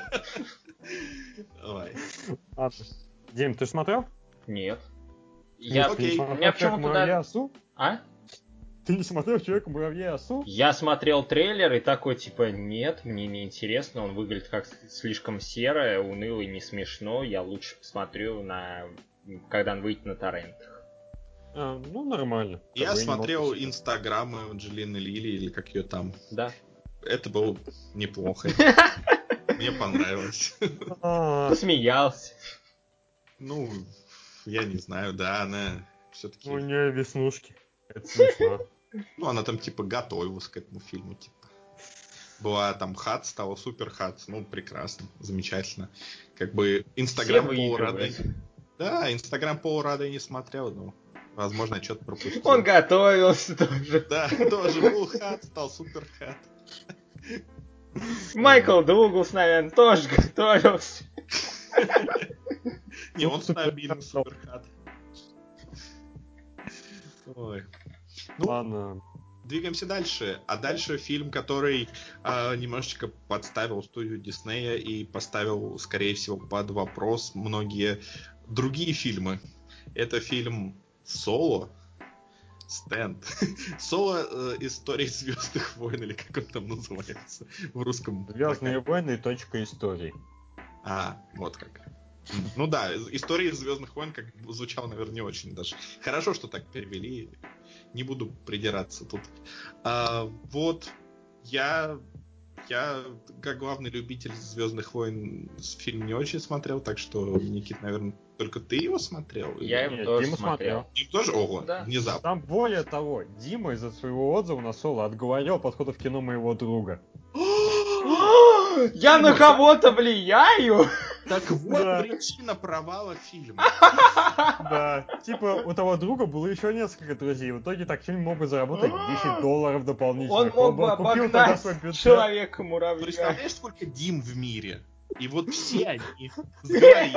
Давай. Ладно. Дим, ты смотрел? Нет. Ну, окей. У меня почему-то Человека-муравья даже... Асу? А? Ты не смотрел Человека-муравья Асу? Я смотрел трейлер и такой, типа, нет, мне не интересно, он выглядит как слишком серо, уныло и не смешно, я лучше посмотрю когда он выйдет на торрентах. Ну, нормально. Я Как бы смотрел немного- инстаграмы Анджелины Лили, или как ее там. Да. Это было неплохо. Мне понравилось. А, Посмеялся. Ну, я не знаю, да, она У все-таки... нее веснушки. Это смешно. Ну, она там типа готовилась к этому фильму, типа. Была там хат, стала супер хат. Ну, прекрасно, замечательно. Как бы Все Инстаграм Пола выигрывают. Рады. Да, Инстаграм Пола Рады не смотрел, но, возможно, я что-то пропустил. Он готовился тоже. Да, тоже был хат, стал супер хат. Майкл Дуглас, наверное, тоже готовился. Не, он стабильный супер хат. Ой. Ну, Ладно. двигаемся дальше. А дальше фильм, который немножечко подставил студию Диснея и поставил, скорее всего, под вопрос многие другие фильмы. Это фильм «Соло». Стенд. «Соло. История Звездных войн», или как он там называется в русском. Звездные войны. Точка истории. Вот как. Ну да, история из Звездных войн как звучало, наверное, не очень даже. Хорошо, что так перевели. Не буду придираться тут. Вот я как главный любитель Звездных войн фильм не очень смотрел, так что, Никит, наверное, только ты его смотрел? Я Нет, его тоже Дима смотрел. Дим тоже? Ого, Да. внезапно. Там более того, Дима из-за своего отзыва на Соло отговорил от подхода в кино моего друга. Я на кого-то влияю? Так вот Да. причина провала фильма. Да, типа у того друга было еще несколько друзей. В итоге так фильм мог бы заработать $10 дополнительно. Он мог бы купил тогда обогнать свой бюджет. Человека-муравья. Представляешь, сколько Дим в мире? И вот все они сгорели.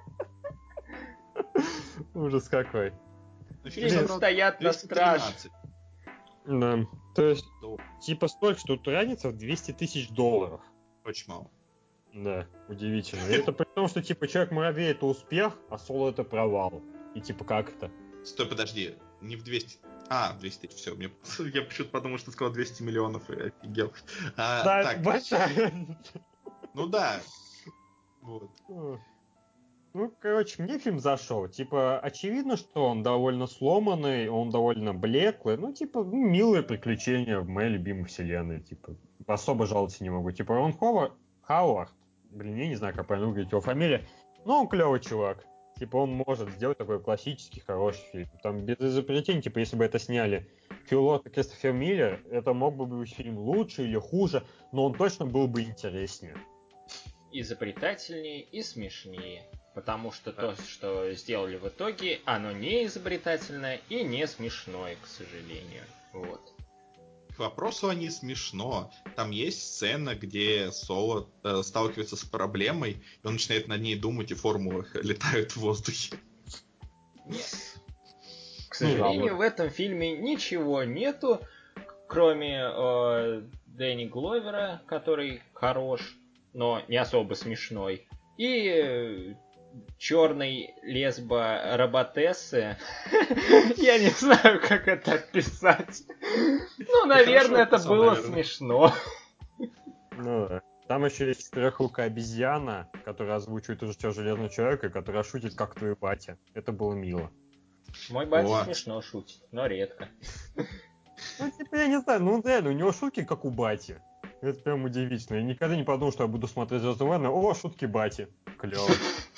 Ужас какой. Но фильм Фильмы собрал стоят на страже. 213. Да. То есть, долларов. типа столько, что тут разница в $200 тысяч. Очень мало. Да, удивительно. И это при том, что типа Человек-муравей это успех, а Соло это провал. И типа как это? Стой, подожди, не в 200... в 200 тысяч, все. Я почему-то подумал, что ты сказал 200 миллионов и офигел. Да, Так, большая разница. ну да. Вот. Ну, короче, мне фильм зашел. Типа, очевидно, что он довольно сломанный, он довольно блеклый. Ну, типа, милые приключения в моей любимой вселенной. Типа, особо жаловаться не могу. Типа, Рон Хауард. Блин, я не знаю, как правильно выглядит его фамилия. Но он клевый чувак. Типа, он может сделать такой классический, хороший фильм. Там, без изобретений, типа, если бы это сняли Фил Лорд и Кристофер Миллер, это мог бы быть фильм лучше или хуже, но он точно был бы интереснее. Изобретательнее и смешнее. Потому что то, что сделали в итоге, оно не изобретательное и не смешное, к сожалению. Вот. К вопросу о не смешно. Там есть сцена, где Соло сталкивается с проблемой, и он начинает над ней думать, и формулы летают в воздухе. Нет. К сожалению, в этом фильме ничего нету, кроме Дэнни Гловера, который хорош, но не особо смешной, и черной лесбо-роботессы. Я не знаю, как это описать. Ну, наверное, это было смешно. Ну да. Там еще есть четырехрукая обезьяна, которая озвучивает уже Железного Человека, которая шутит, как твой батя. Это было мило. Мой батя смешно шутит, но редко. Ну, типа, я не знаю, ну реально, у него шутки, как у бати. Это прям удивительно. Я никогда не подумал, что я буду смотреть «Звездные войны». О, шутки бати. Клево.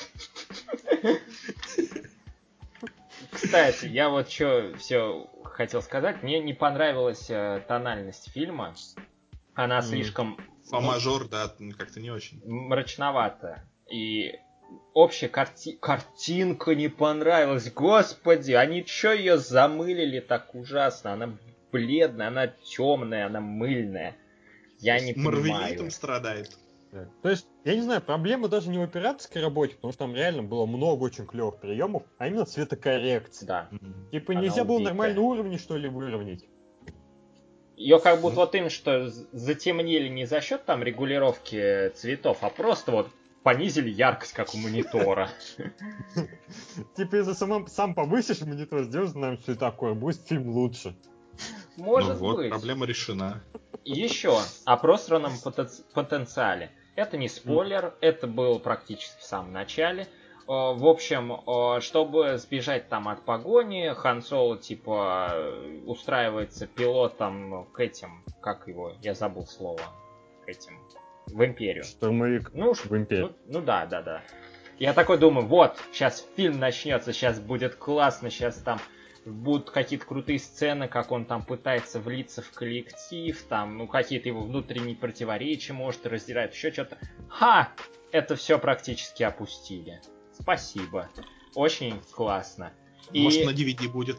Кстати, я вот что все хотел сказать. Мне не понравилась тональность фильма. Она слишком... Фа-мажор, да, как-то не очень. Мрачновато. И общая картинка не понравилась. Господи, они что ее замылили так ужасно? Она бледная, она темная, она мыльная. Я не понимаю. Марвелитом страдает. Да. То есть, я не знаю, проблема даже не в операторской работе, потому что там реально было много очень клевых приемов, а именно цветокоррекции. Да. Типа нельзя было нормальные уровни, что ли, выровнять. Ее как будто вот им что затемнили не за счет там регулировки цветов, а просто вот понизили яркость, как у монитора. Типа, если сам повысишь монитор, сделаешь нам все такое, будет фильм лучше. Может ну вот, быть. проблема решена. Еще о просранном потенциале. Это не спойлер, это было практически в самом начале. В общем, чтобы сбежать там от погони, Хан Соло типа устраивается пилотом к этим, как его, я забыл слово, к этим, в Империю. Штурмовик в Империю. Ну да. Я такой думаю, вот, сейчас фильм начнется, сейчас будет классно, сейчас там будут какие-то крутые сцены, как он там пытается влиться в коллектив, там, ну, какие-то его внутренние противоречия, может, раздирает, еще что-то. Ха! Это все практически опустили. Спасибо. Очень классно. Может, на DVD будет.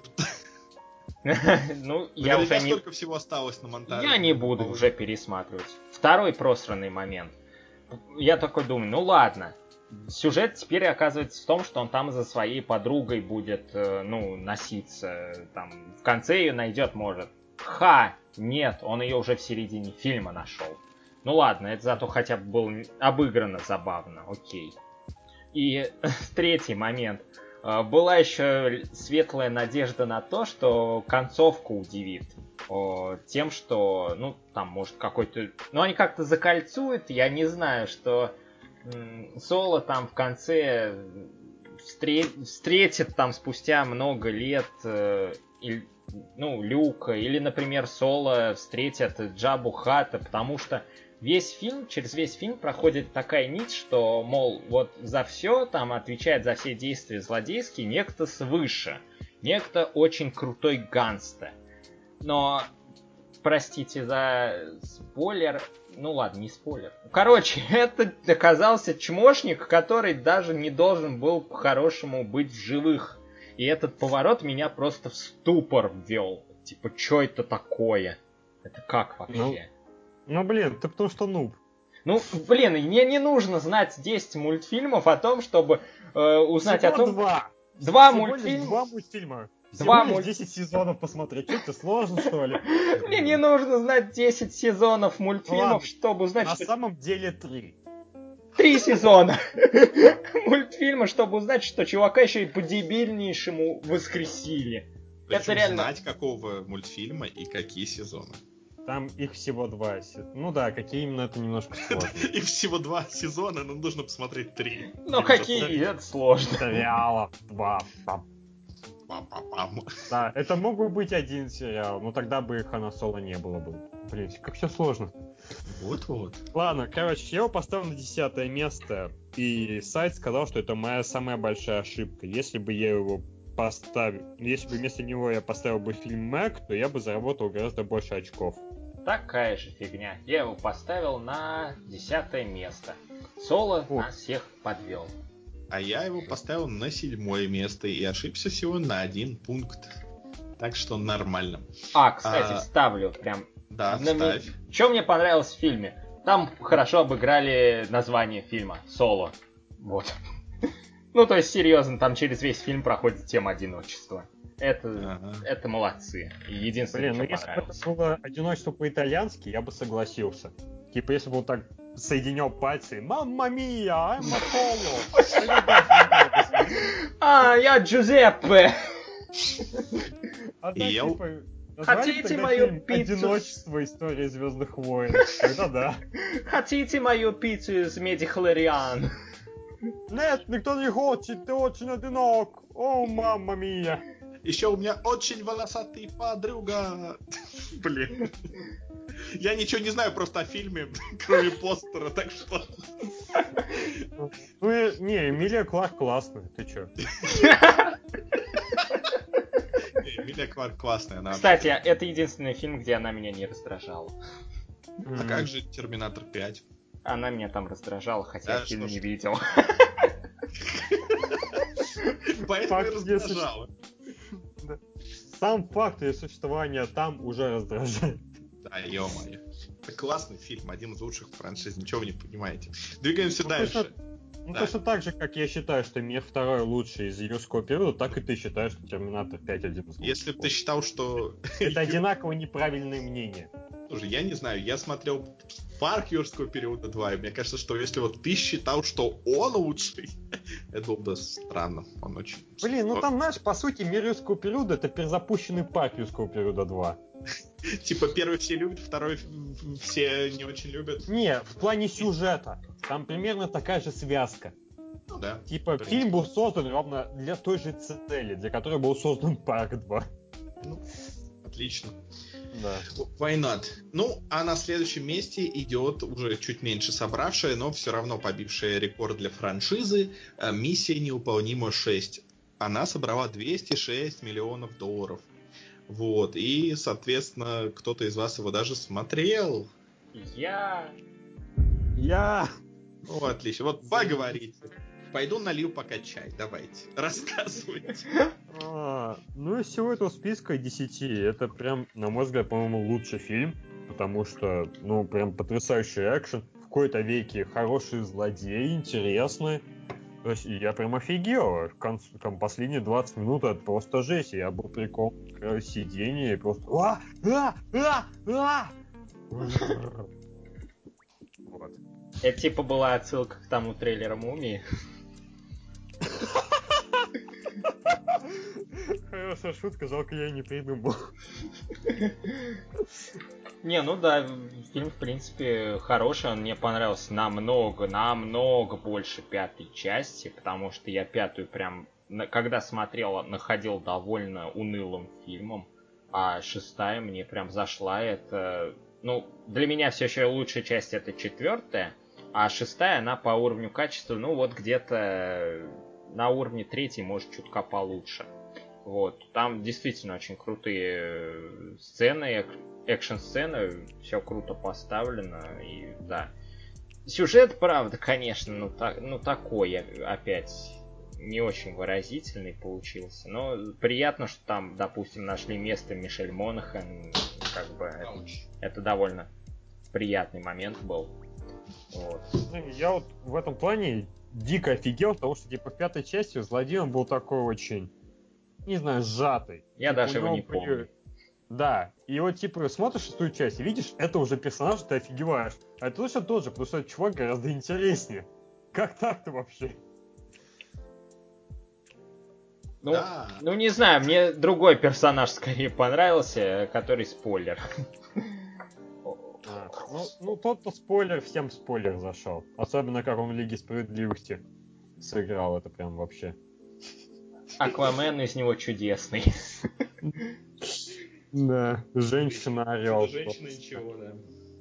Ну, я уже не... столько всего осталось на монтаже. Я не буду уже пересматривать. Второй просранный момент. Я такой думаю, ну ладно. Сюжет теперь оказывается в том, что он там за своей подругой будет, носиться. Там, в конце ее найдет, может. Нет, он ее уже в середине фильма нашел. Ну ладно, это зато хотя бы было обыграно забавно, окей. И третий момент. Была еще светлая надежда на то, что концовка удивит. Тем, что, там может какой-то... они как-то закольцуют, я не знаю, что Соло там в конце встретит там спустя много лет Люка, или, например, Соло встретит Джабу Хатта, потому что через весь фильм проходит такая нить, что, мол, вот за все там отвечает за все действия злодейские некто свыше, некто очень крутой гангстер. Но, простите за спойлер, ну ладно, не спойлер. Короче, это оказался чмошник, который даже не должен был по-хорошему быть в живых. И этот поворот меня просто в ступор ввел. Типа, что это такое? Это как вообще? Блин, ты потому что нуб. Мне не нужно знать 10 мультфильмов о том, чтобы узнать всего о том... Два мультфильма. Всего лишь 10 сезонов посмотреть. Что это сложно, что ли? Мне не нужно знать 10 сезонов мультфильмов, чтобы узнать, что... На самом деле 3. 3 сезона мультфильма, чтобы узнать, что чувака еще и по-дебильнейшему воскресили. Причем это реально... знать, какого мультфильма и какие сезоны. Там их всего 2. Ну да, какие именно, это немножко сложно. Их всего 2 сезона, но нужно посмотреть 3. Какие? Это сложно. Сериалов 2. Да, это мог бы быть один сериал, но тогда бы Хана Соло не было бы. Блин, как все сложно. Вот. Ладно, короче, я его поставил на 10 место, и сайт сказал, что это моя самая большая ошибка. Если бы вместо него я поставил бы фильм Мэг, то я бы заработал гораздо больше очков. Такая же фигня. Я его поставил на 10 место. Соло нас всех подвел. А я его поставил на 7 место и ошибся всего на 1 пункт. Так что нормально. Кстати, ставлю прям... Да, ставь. Что мне понравилось в фильме? Там хорошо обыграли название фильма. Соло. Вот. То есть, серьезно, там через весь фильм проходит тема одиночества. Это молодцы. Единственное, Блин, что если бы понравилось. это было одиночество по-итальянски, я бы согласился. Типа, если бы он так соединял пальцы, «Мамма мия, I'm a Polo!» Я Джузеппе! А И так, я- типа, назвали Хотите бы тогда мою фильм пиццу? «Одиночество. История Звездных войн». Тогда да. Хотите мою пиццу из Медихлориан? Нет, никто не хочет, ты очень одинок. О, мамма мия. Еще у меня очень волосатый подруга. Блин. Я ничего не знаю просто о фильме, кроме постера, так что... Ну, не, Эмилия Кларк классная, ты чё? Эмилия Кларк классная. Она... Кстати, это единственный фильм, где она меня не раздражала. А как же Терминатор 5? Она меня там раздражала, хотя Да, фильм что не ж. видел. Поэтому и Факт, если- раздражала. Сам факт ее существования там уже раздражает. Да, ё-моё. Это классный фильм, один из лучших франшиз, ничего вы не понимаете. Двигаемся Ну, дальше. Ну, Да. точно так же, как я считаю, что Мир второй лучший из юрского периода, так и ты считаешь, что Терминатор 5 один из лучших. Если бы ты считал, что... Это одинаково неправильное мнение. Слушай, я не знаю, я смотрел Парк юрского периода 2, и мне кажется, что если вот ты считал, что он лучший, это было бы странно. Он очень... Блин, ну там, знаешь, по сути, Мир юрского периода — это перезапущенный Парк юрского периода 2. Типа первый все любят, второй все не очень любят. Не, в плане сюжета. Там примерно такая же связка. Ну да. Типа, фильм был создан ровно для той же цели, для которой был создан Парк 2. Ну, отлично. Да. Why not? Ну, а на следующем месте идет уже чуть меньше собравшая, но все равно побившая рекорд для франшизы «Миссия невыполнима 6». Она собрала $206 миллионов. Вот, и, соответственно, кто-то из вас его даже смотрел. Я... Ну, отлично. Вот поговорите. Пойду налью пока чай. Давайте. Рассказывайте. Ну, из всего этого списка 10, это прям, на мой взгляд, по-моему, лучший фильм, потому что, ну, прям потрясающий экшен, в кои-то веке хорошие злодеи, интересные. То есть я прям офигел. Там последние 20 минут это просто жесть. Я был прикол сиденье и просто... Вот. Это типа была отсылка к тому трейлеру «Мумии». Хорошая шутка, жалко, я не придумал. Не, ну да, фильм, в принципе, хороший, он мне понравился намного больше пятой части, потому что я пятую прям, когда смотрел, находил довольно унылым фильмом, а шестая мне прям зашла. Это, ну, для меня все еще лучшая часть это четвертая, а шестая, она по уровню качества, ну вот где-то на уровне третьей, может, чутка получше. Вот, там действительно очень крутые сцены, экшн-сцены, все круто поставлено, и да. Сюжет, правда, конечно, такой, опять, не очень выразительный получился, но приятно, что там, допустим, нашли место Мишель Монахэн, как бы, это довольно приятный момент был. Вот. Я вот в этом плане дико офигел, потому что, типа, в пятой части злодей он был такой очень... не знаю, сжатый. Я типа, даже его не помню. Да, и вот, типа, смотришь шестую часть, и видишь, это уже персонаж, ты офигеваешь. А это точно тот же, потому что этот чувак гораздо интереснее. Как так-то вообще? Ну, Да. ну, не знаю, мне другой персонаж скорее понравился, который спойлер. Ну, тот-то спойлер, всем спойлер зашел. Особенно, как он в Лиге Справедливости сыграл, это прям вообще... Аквамен из него чудесный. Да, женщина-орел. Женщина ничего, да.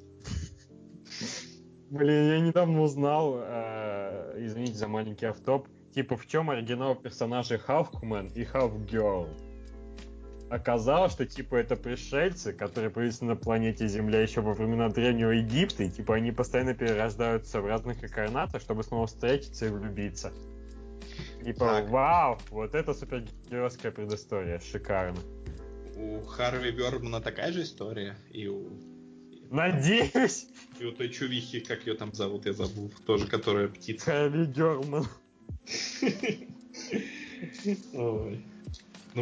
Блин, я недавно узнал, извините за маленький автоп, типа в чем оригинал персонажей Halfman и Half-Girl. Оказалось, что типа это пришельцы, которые появились на планете Земля еще во времена Древнего Египта, и типа они постоянно перерождаются в разных инкарнатах, чтобы снова встретиться и влюбиться. Типа, Так. вау, вот это супергеройская предыстория, шикарно. У Харви Бёрдмана такая же история, и у Надеюсь, той чувихи, как ее там зовут, я забыл, тоже, которая птица. Харви Герман. Ой. Ну,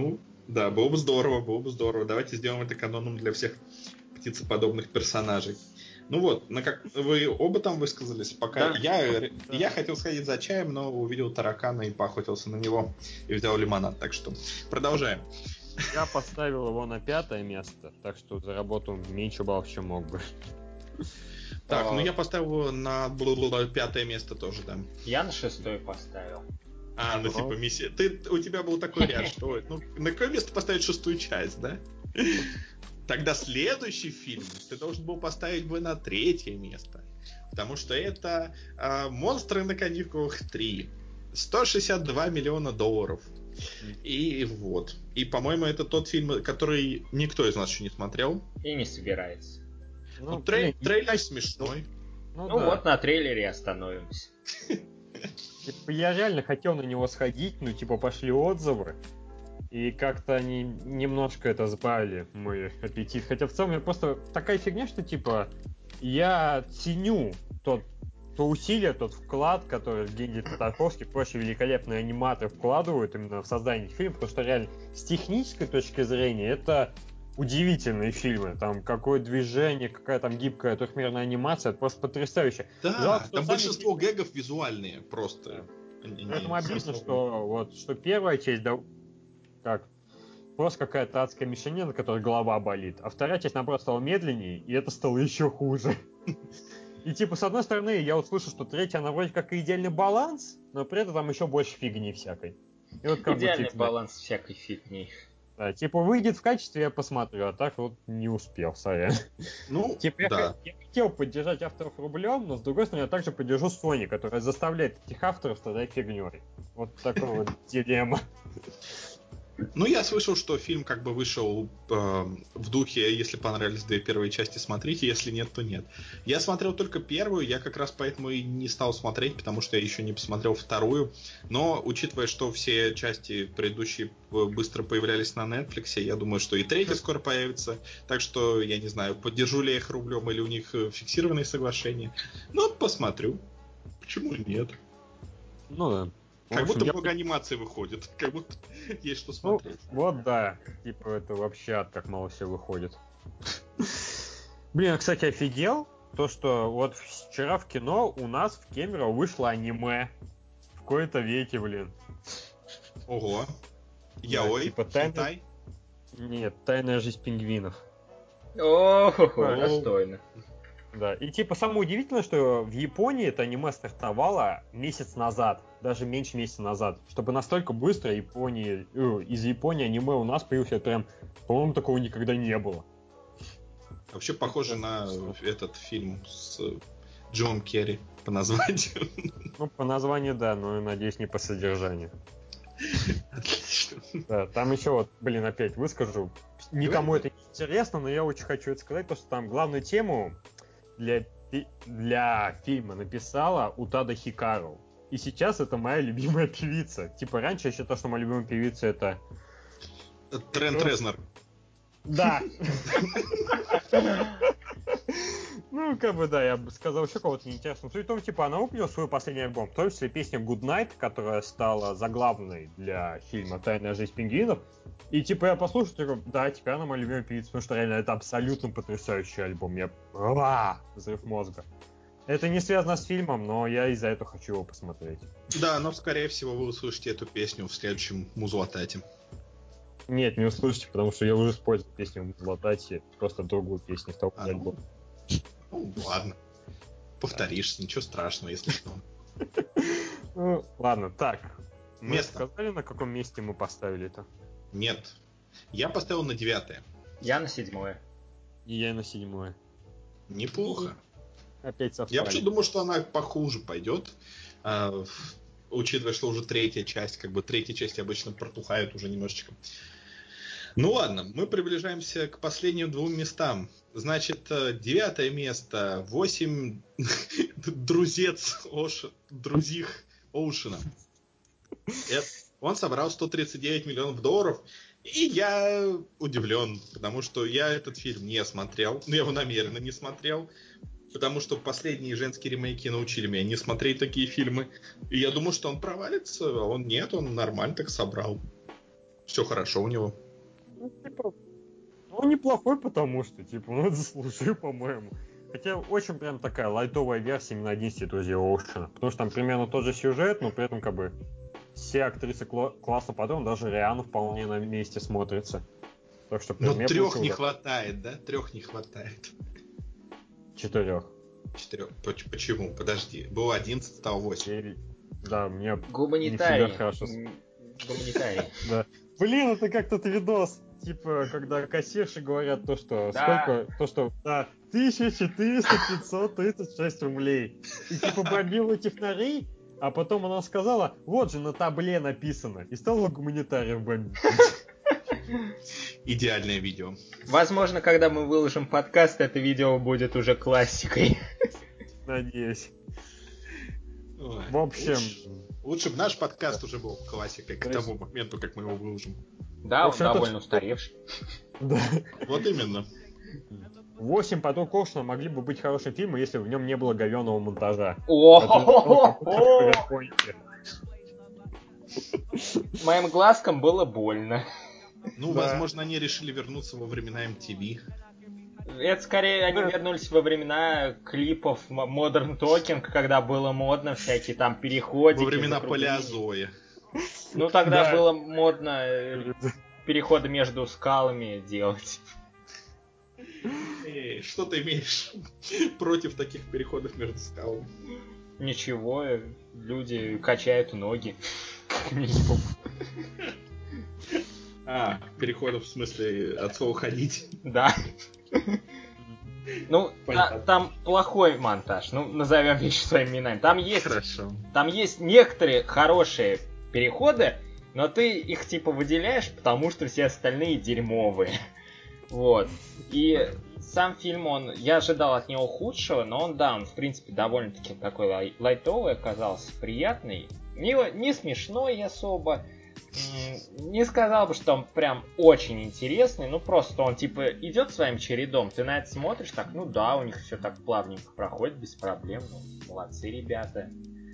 Да, было бы здорово, было бы здорово. Давайте сделаем это каноном для всех птицеподобных персонажей. Ну вот, как вы оба там высказались, пока Да. я хотел сходить за чаем, но увидел таракана и поохотился на него и взял лимонад, так что продолжаем. Я поставил его на 5-е место, так что заработал меньше баллов, чем мог бы. Так, ну я поставил его на 5-е место тоже, да. Я на 6-й поставил. Ну типа миссия. У тебя был такой ряд, что на какое место поставить 6-ю часть, да? Тогда следующий фильм ты должен был поставить бы на 3-е место. Потому что это «Монстры на каникулах 3». 162 миллиона долларов. И вот. И, по-моему, это тот фильм, который никто из нас еще не смотрел. И не собирается. Трейлер смешной. Ну вот на трейлере остановимся. Типа, я реально хотел на него сходить, ну типа пошли отзывы. И как-то они немножко это сбавили мой аппетит. Хотя в целом я просто такая фигня, что типа я ценю то усилие, тот вклад, который Генди Татарковский и прочие великолепные аниматоры вкладывают именно в создание фильма, потому что реально с технической точки зрения это удивительные фильмы. Там какое движение, какая там гибкая трехмерная анимация, это просто потрясающе. Да, жалко, там большинство гэгов визуальные просто. Поэтому обидно, что первая часть, да, как просто какая-то адская мешанина, на которой голова болит, а вторая часть, наоборот, стала медленнее, и это стало еще хуже. И типа, с одной стороны, я вот слышу, что третья, она вроде как и идеальный баланс, но при этом там еще больше фигни всякой. И вот как идеальный бы, типа, баланс всякой фигни. Да, типа, выйдет в качестве, я посмотрю, а так вот не успел, сорян. Ну, типа, да. я хотел поддержать авторов рублем, но с другой стороны, я также поддержу Sony, которая заставляет этих авторов страдать фигней. Вот такой вот дилемма. Ну, я слышал, что фильм как бы вышел в духе, если понравились две первые части, смотрите, если нет, то нет. Я смотрел только первую, я как раз поэтому и не стал смотреть, потому что я еще не посмотрел вторую. Но, учитывая, что все части предыдущие быстро появлялись на Netflix, я думаю, что и третья скоро появится. Так что, я не знаю, поддержу ли я их рублем или у них фиксированные соглашения. Но посмотрю. Почему нет? Ну да. Как будто много анимации выходит, как будто есть что смотреть. Ну, вот да, типа это вообще ад как мало всего выходит. Блин, я, кстати, офигел, то что вот вчера в кино у нас в Кемерово вышло аниме. В кои-то веке, блин. Ого. Яой, типа хентай? Нет, «Тайная жизнь пингвинов». Достойно. Да, и типа самое удивительное, что в Японии это аниме стартовало месяц назад, даже меньше месяца назад, чтобы настолько быстро из Японии аниме у нас появилось, это прям, по-моему, такого никогда не было. Вообще похоже на этот фильм с Джимом Керри по названию. Ну, по названию, да, но, надеюсь, не по содержанию. Отлично. Да, там еще вот, блин, опять выскажу. Никому это не интересно, но я очень хочу это сказать, потому что там главную тему для фильма написала Утада Хикару. И сейчас это моя любимая певица. Типа раньше я считал, что моя любимая певица это... Трент Резнор. Да. Ну, как бы, да, я бы сказал еще кого-то неинтересного. Суть в том, типа, она выпустила свой последний альбом, в том числе песня Good Night, которая стала заглавной для фильма «Тайная жизнь пингвинов». И, типа, я послушал, такой, да, теперь она моя любимая певица, потому что реально это абсолютно потрясающий альбом. Взрыв мозга. Это не связано с фильмом, но я из-за этого хочу его посмотреть. Да, но, скорее всего, вы услышите эту песню в следующем Музлатате. Нет, не услышите, потому что я уже использовал песню в Музлатате, просто другую песню в того альбома. Ну, ладно. Повторишься, ничего страшного, если что. Ну, ладно, так. Мы Место. сказали, на каком месте мы поставили это? Нет. Я поставил на 9-е. Я на 7-е. И я на 7-е. Неплохо. Опять совпали. Я вообще думаю, что она похуже пойдет. Учитывая, что уже третья часть, как бы третья часть обычно протухают уже немножечко. Ну ладно, мы приближаемся к последним двум местам. Значит, 9-е место, 8 друзих Оушена. Он собрал 139 миллионов долларов. И я удивлен, потому что я этот фильм не смотрел. Ну, я его намеренно не смотрел. Потому что последние женские ремейки научили меня не смотреть такие фильмы. И я думал, что он провалится, а он нет, он нормально так собрал. Все хорошо у него. Ну, типа, он неплохой, потому что, типа, он это заслужил, по-моему. Хотя очень прям такая лайтовая версия именно 11 друзей Оушена. Потому что там примерно тот же сюжет, но при этом как бы все актрисы класса потом, даже Риана вполне на месте смотрится. Так что Но мне 3 получилось, не да. хватает, да? 3 не хватает. 4. 4. Почему? Подожди. Было 11, стало 8. Да, мне не Гуманитарий. всегда хорошо. Гуманитарий. Да. Блин, это как тот видос, типа, когда кассирши говорят то, что Да. сколько, то, что, да, 1436 рублей. И типа бомбила технарей, а потом она сказала, вот же на табле написано, и стала гуманитариев бомбить. Идеальное видео. Возможно, когда мы выложим подкаст, это видео будет уже классикой. Надеюсь. Ой, В общем... Лучше бы наш подкаст уже был классикой к тому моменту, как мы его выложим. Да, В он общем, это довольно устаревший. Да. Вот именно. 8 подруг Оушена могли бы быть хорошим фильмом, если в нем не было говёного монтажа. Моим глазкам было больно. Ну, Да. возможно, они решили вернуться во времена MTV. Это скорее они вернулись во времена клипов Modern Talking, когда было модно всякие там переходики. Во времена закругления. Палеозоя. Ну тогда Да. было модно переходы между скалами делать. Эй, что ты имеешь против таких переходов между скалами? Ничего, люди качают ноги. Минимум. Переходов в смысле от слова ходить. Да. Ну, Понятно. там плохой монтаж, ну, назовем вещи своими именами. Там Хорошо. есть некоторые хорошие переходы, но ты их типа выделяешь, потому что все остальные дерьмовые. Вот. И сам фильм, я ожидал от него худшего, но он в принципе, довольно-таки такой лайтовый оказался, приятный. Не смешной особо. Не сказал бы, что он прям очень интересный, ну просто он типа идет своим чередом, ты на это смотришь, так, ну да, у них все так плавненько проходит, без проблем, ну, молодцы ребята.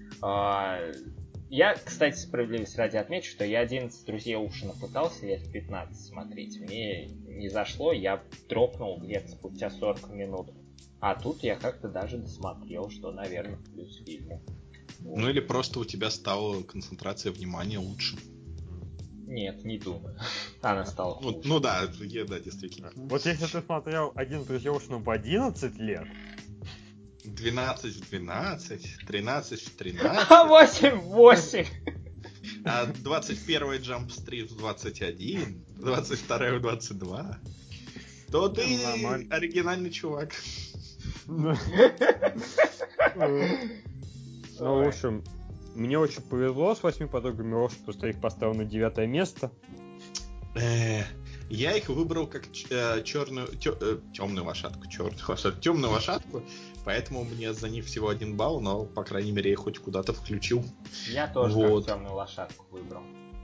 Я, кстати, справедливости ради отмечу, что я 11 друзей Оушена пытался лет в 15 смотреть, мне не зашло, я дропнул где-то спустя 40 минут, а тут я как-то даже досмотрел, что, наверное, плюс фильму. Вот. Ну или просто у тебя стала концентрация внимания лучше. Нет, не думаю. Она стала хуже. Ну да, действительно. Вот если ты смотрел «Один друзей Оушена» в 11 лет... 12 в 12, 13 в 13. 8 в 8. А 21 Jump Street в 21, 22 в 22. То ты Нормально. оригинальный чувак. Ну, в общем, мне очень повезло с 8 подругами Оушена, потому что я их поставил на 9 место. Я их выбрал как темную лошадку, темную лошадку, поэтому мне за них всего 1 балл, но, по крайней мере, я их хоть куда-то включил. Я тоже Вот. как темную лошадку выбрал.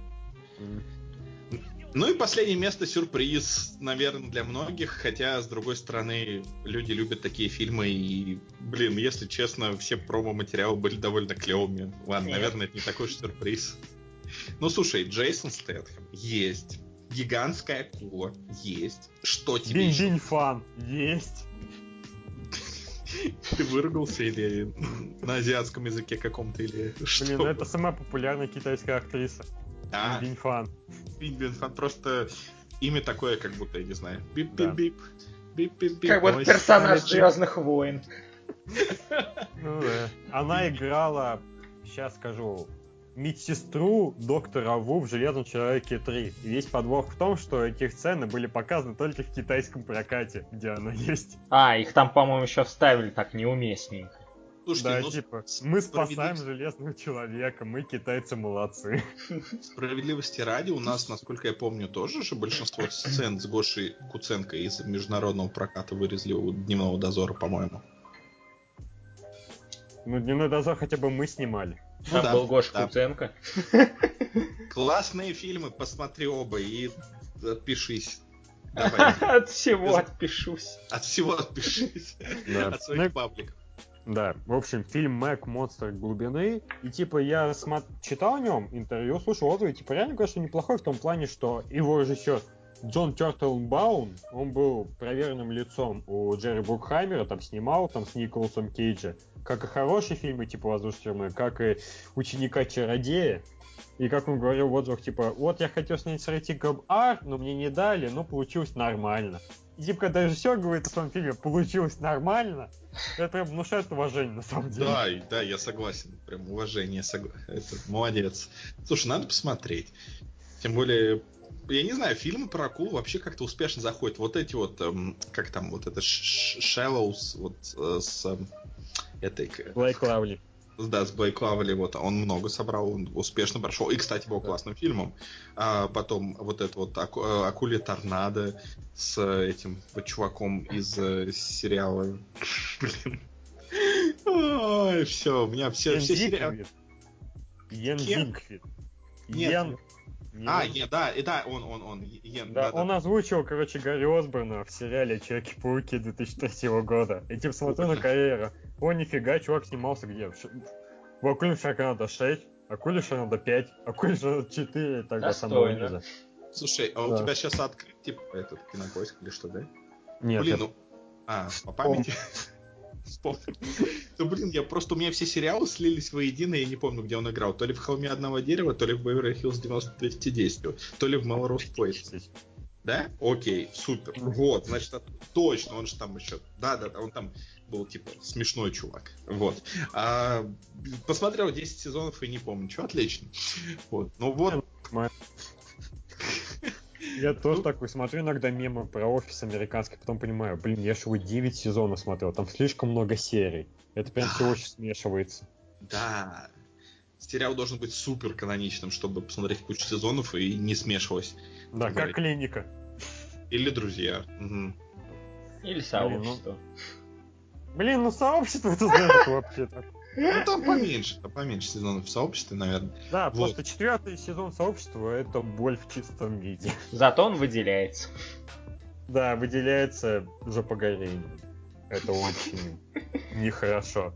Ну и последнее место сюрприз, наверное, для многих, хотя, с другой стороны, люди любят такие фильмы, и, блин, если честно, все промо-материалы были довольно клевыми. Ладно, Нет. наверное, это не такой уж сюрприз. Ну, слушай, Джейсон Стэтхэм есть, Гигантская акула есть, что тебе еще? Бинь-бинь-фан есть. Ты выругался или на азиатском языке каком-то, или что? Блин, это самая популярная китайская актриса. Бинь-бинь-фан. Бинь-бинь-фан, просто имя такое, как будто, я не знаю, бип-бип-бип. Бип-бип-бип. Как будто Ой, персонаж Сталин. Звездных войн. Ну да. Она играла, сейчас скажу, медсестру доктора Ву в «Железном человеке 3». И весь подвох в том, что эти сцены были показаны только в китайском прокате, где она есть. Их там, по-моему, еще вставили так неуместненько. Слушайте, Да, ну, типа, мы спасаем справедлив- Железного человека, мы китайцы молодцы. Справедливости ради, у нас, насколько я помню, тоже же большинство сцен с Гошей Куценко из международного проката вырезали у «Дневного дозора», по-моему. Ну, «Дневной дозор» хотя бы мы снимали. Там да, был Гоша да. Куценко. Классные фильмы, посмотри оба и отпишись. Давай, От всего отпишусь. от всего отпишись. Да. От своих пабликов. Да, в общем, фильм «Мэг. Монстр глубины». И, типа, читал о нем интервью, слушал отзывы, типа, реально, конечно, неплохой в том плане, что его режиссер Джон Тёртлбаум, он был проверенным лицом у Джерри Брукхаймера, там снимал там с Николасом Кейджа, как и хорошие фильмы типа «Воздушная тюрьма», как и «Ученика-чародея». И как он говорил в отзывах, типа, вот я хотел снять с рейтингом R, но мне не дали, но получилось нормально. И типа, когда режиссер говорит о своем фильме «получилось нормально», это прям внушает уважение, на самом деле. Да, да, я согласен. Прям уважение. Это, молодец. Слушай, надо посмотреть. Тем более, я не знаю, фильмы про акул вообще как-то успешно заходят. Вот эти вот, как там, вот это Shallows, вот с этой... Блейк Лавли. Да, с Блейк Лавли, вот, он много собрал, он успешно прошел. И, кстати, был классным фильмом. А потом вот это вот Акулья торнадо с этим вот чуваком из сериала. Блин. Ой, все, у меня все сериалы. Йен Зигфрид. Нет. Да, он. Да, он озвучил, короче, Гарри Осборна в сериале Человеки-пауки 2003 года. И типа смотрю на карьеру. О, нифига, чувак снимался где? В Акуле Шаркнадо 6, Акуле Шаркнадо 5, Акуле Шаркнадо 4 и так до самого низа. Слушай, а у тебя сейчас открыт, типа, этот Кинопоиск или что, да? Нет. Блин, ну... по памяти? Вспомнил. Ну, блин, у меня все сериалы слились воедино, я не помню, где он играл. То ли в «Холме одного дерева», то ли в «Беверли-Хиллз 90210», то ли в «Мелроуз Плейс». Да? Окей, супер. Вот, значит, точно, он же там еще... Да, он там был, типа, смешной чувак. Вот. Посмотрел 10 сезонов и не помню, что, отлично. Вот, ну вот... Я тоже такой смотрю иногда мемы про офис американский, потом понимаю, блин, я же его 9 сезонов смотрел, там слишком много серий. Это прям все очень смешивается. Да. Сериал должен быть супер каноничным, чтобы посмотреть кучу сезонов и не смешивалось. Да, как «Клиника». Или «Друзья». Угу. Или «Сообщество». Блин, ну «Сообщество» это знаешь вообще-то. Ну там поменьше сезонов в «Сообществе», наверное. Да, вот. Просто 4-й сезон «Сообщества» — это боль в чистом виде. Зато он выделяется. Да, выделяется жопогорением. Это очень нехорошо.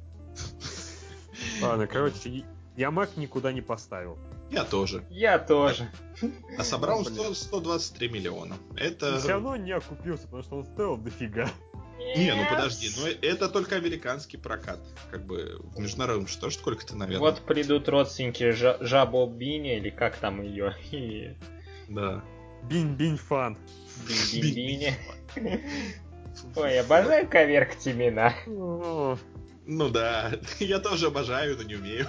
Ладно, короче, я Мак никуда не поставил. Я тоже. А собрал 123 миллиона. Это... И все равно не окупился, потому что он стоил дофига. Не, ну подожди, но это только американский прокат. Как бы в международном что сколько-то, наверное. Вот придут родственники Жабо Бини, или как там ее. Да. Бинь-бинь фан. Бинь-бинь-бини. Ой, обожаю коверкать имена. Ну да, я тоже обожаю, но не умею.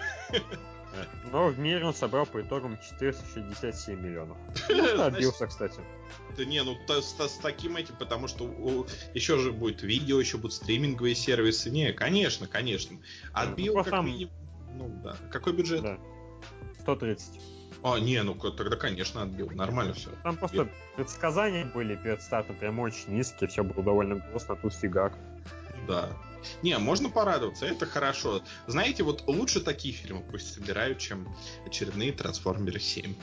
Но в мире он собрал по итогам 467 миллионов. Отбился, кстати. Да не, ну с таким этим, потому что еще же будет видео, еще будут стриминговые сервисы. Не, конечно. Отбил как минимум. Ну да. Какой бюджет? Да. 130. Не, ну тогда, конечно, отбил. Нормально все. Там просто предсказания были перед стартом прям очень низкие, все было довольно грустно, тут фигак. Да. Не, можно порадоваться, это хорошо. Знаете, вот лучше такие фильмы пусть собирают, чем очередные «Трансформеры 7».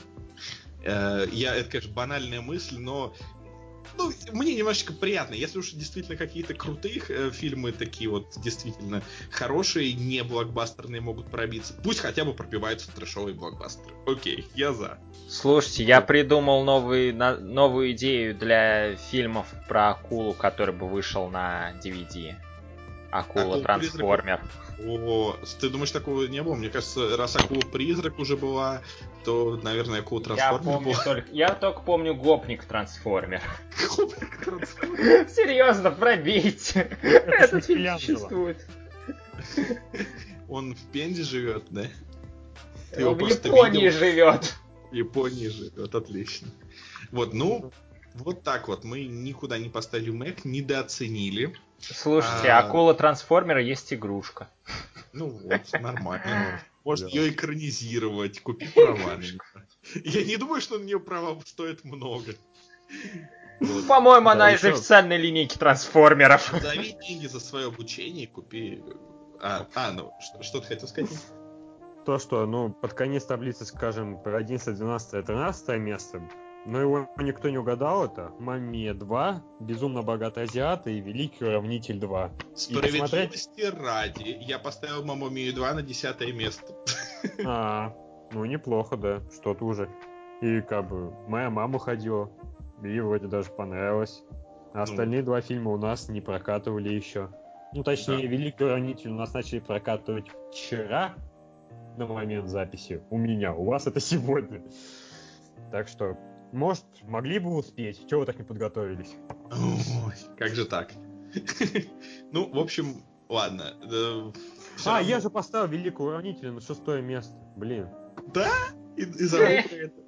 Это, конечно, банальная мысль, но мне немножечко приятно. Если уж действительно какие-то крутые фильмы, такие вот действительно хорошие, не блокбастерные могут пробиться, пусть хотя бы пробиваются трэшовые блокбастеры. Окей, я за. Слушайте, я придумал новую идею для фильмов про акулу, который бы вышел на DVD. Акула-трансформер. Ты думаешь, такого не было? Мне кажется, раз Акула-призрак уже была, то, наверное, Акула-трансформер была. Я только помню Гопник-трансформер. Серьезно, пробейте. Этот фильм существует. Он в Пензе живет, да? Он в Японии живет. В Японии живет, отлично. Вот так вот. Мы никуда не поставили Мэг, недооценили. Слушайте, Акула-трансформера есть игрушка. Ну вот, нормально. Можно ее экранизировать, купи права. Я не думаю, что на нее права стоит много. По-моему, она из официальной линейки трансформеров. Зови деньги за свое обучение и купи... что ты хотел сказать? То, что, под конец таблицы, скажем, про 11, 12, 13 место, но его никто не угадал, это «Мамма Мия 2», «Безумно богатый азиат» и «Великий уравнитель 2». Справедливости ради, я поставил «Мамму Мию 2» на 10 место. Неплохо, да, что-то уже. И моя мама ходила. и вроде даже понравилось. А остальные два фильма у нас не прокатывали еще. Ну, точнее, «Великий уравнитель» у нас начали прокатывать вчера, на момент записи. У меня, у вас это сегодня. Так что, может, могли бы успеть. Чего вы так не подготовились? Ой, как же так? Ну, в общем, ладно. Я же поставил «Великого уравнителя» на 6-е место. Блин. Да? И забыл про это.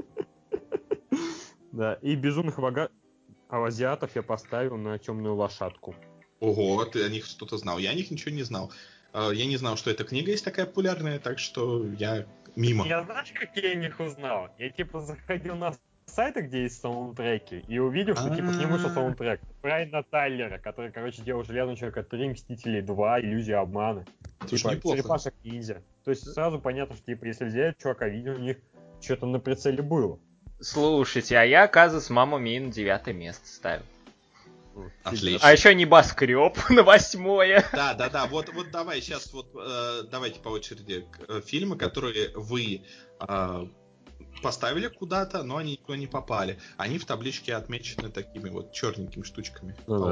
Да, и «Безумных азиатов» я поставил на «Темную лошадку». Ого, ты о них что-то знал. Я о них ничего не знал. Я не знал, что эта книга есть такая популярная, так что я мимо. Я знаешь, как я о них узнал? Я типа заходил на сайты, где есть саундтреки, и увидел, что типа к нему вышел саундтрек Брайана Тайлера, который, короче, делал «Железного человека 3», «Мстители 2», «Иллюзия обмана». Слушай, Типа неплохо. «Черепашек ниндзя». То есть сразу понятно, что типа если взять чувака, видел, у них что-то на прицеле было. Слушайте, а я, оказывается, «Мамму Мию» на 9 место ставил. Отлично. А еще «Небоскреб» на 8-е. Да. Вот давай сейчас давайте по очереди фильмы, которые вы поставили куда-то, но они никуда не попали. Они в табличке отмечены такими вот черненькими штучками.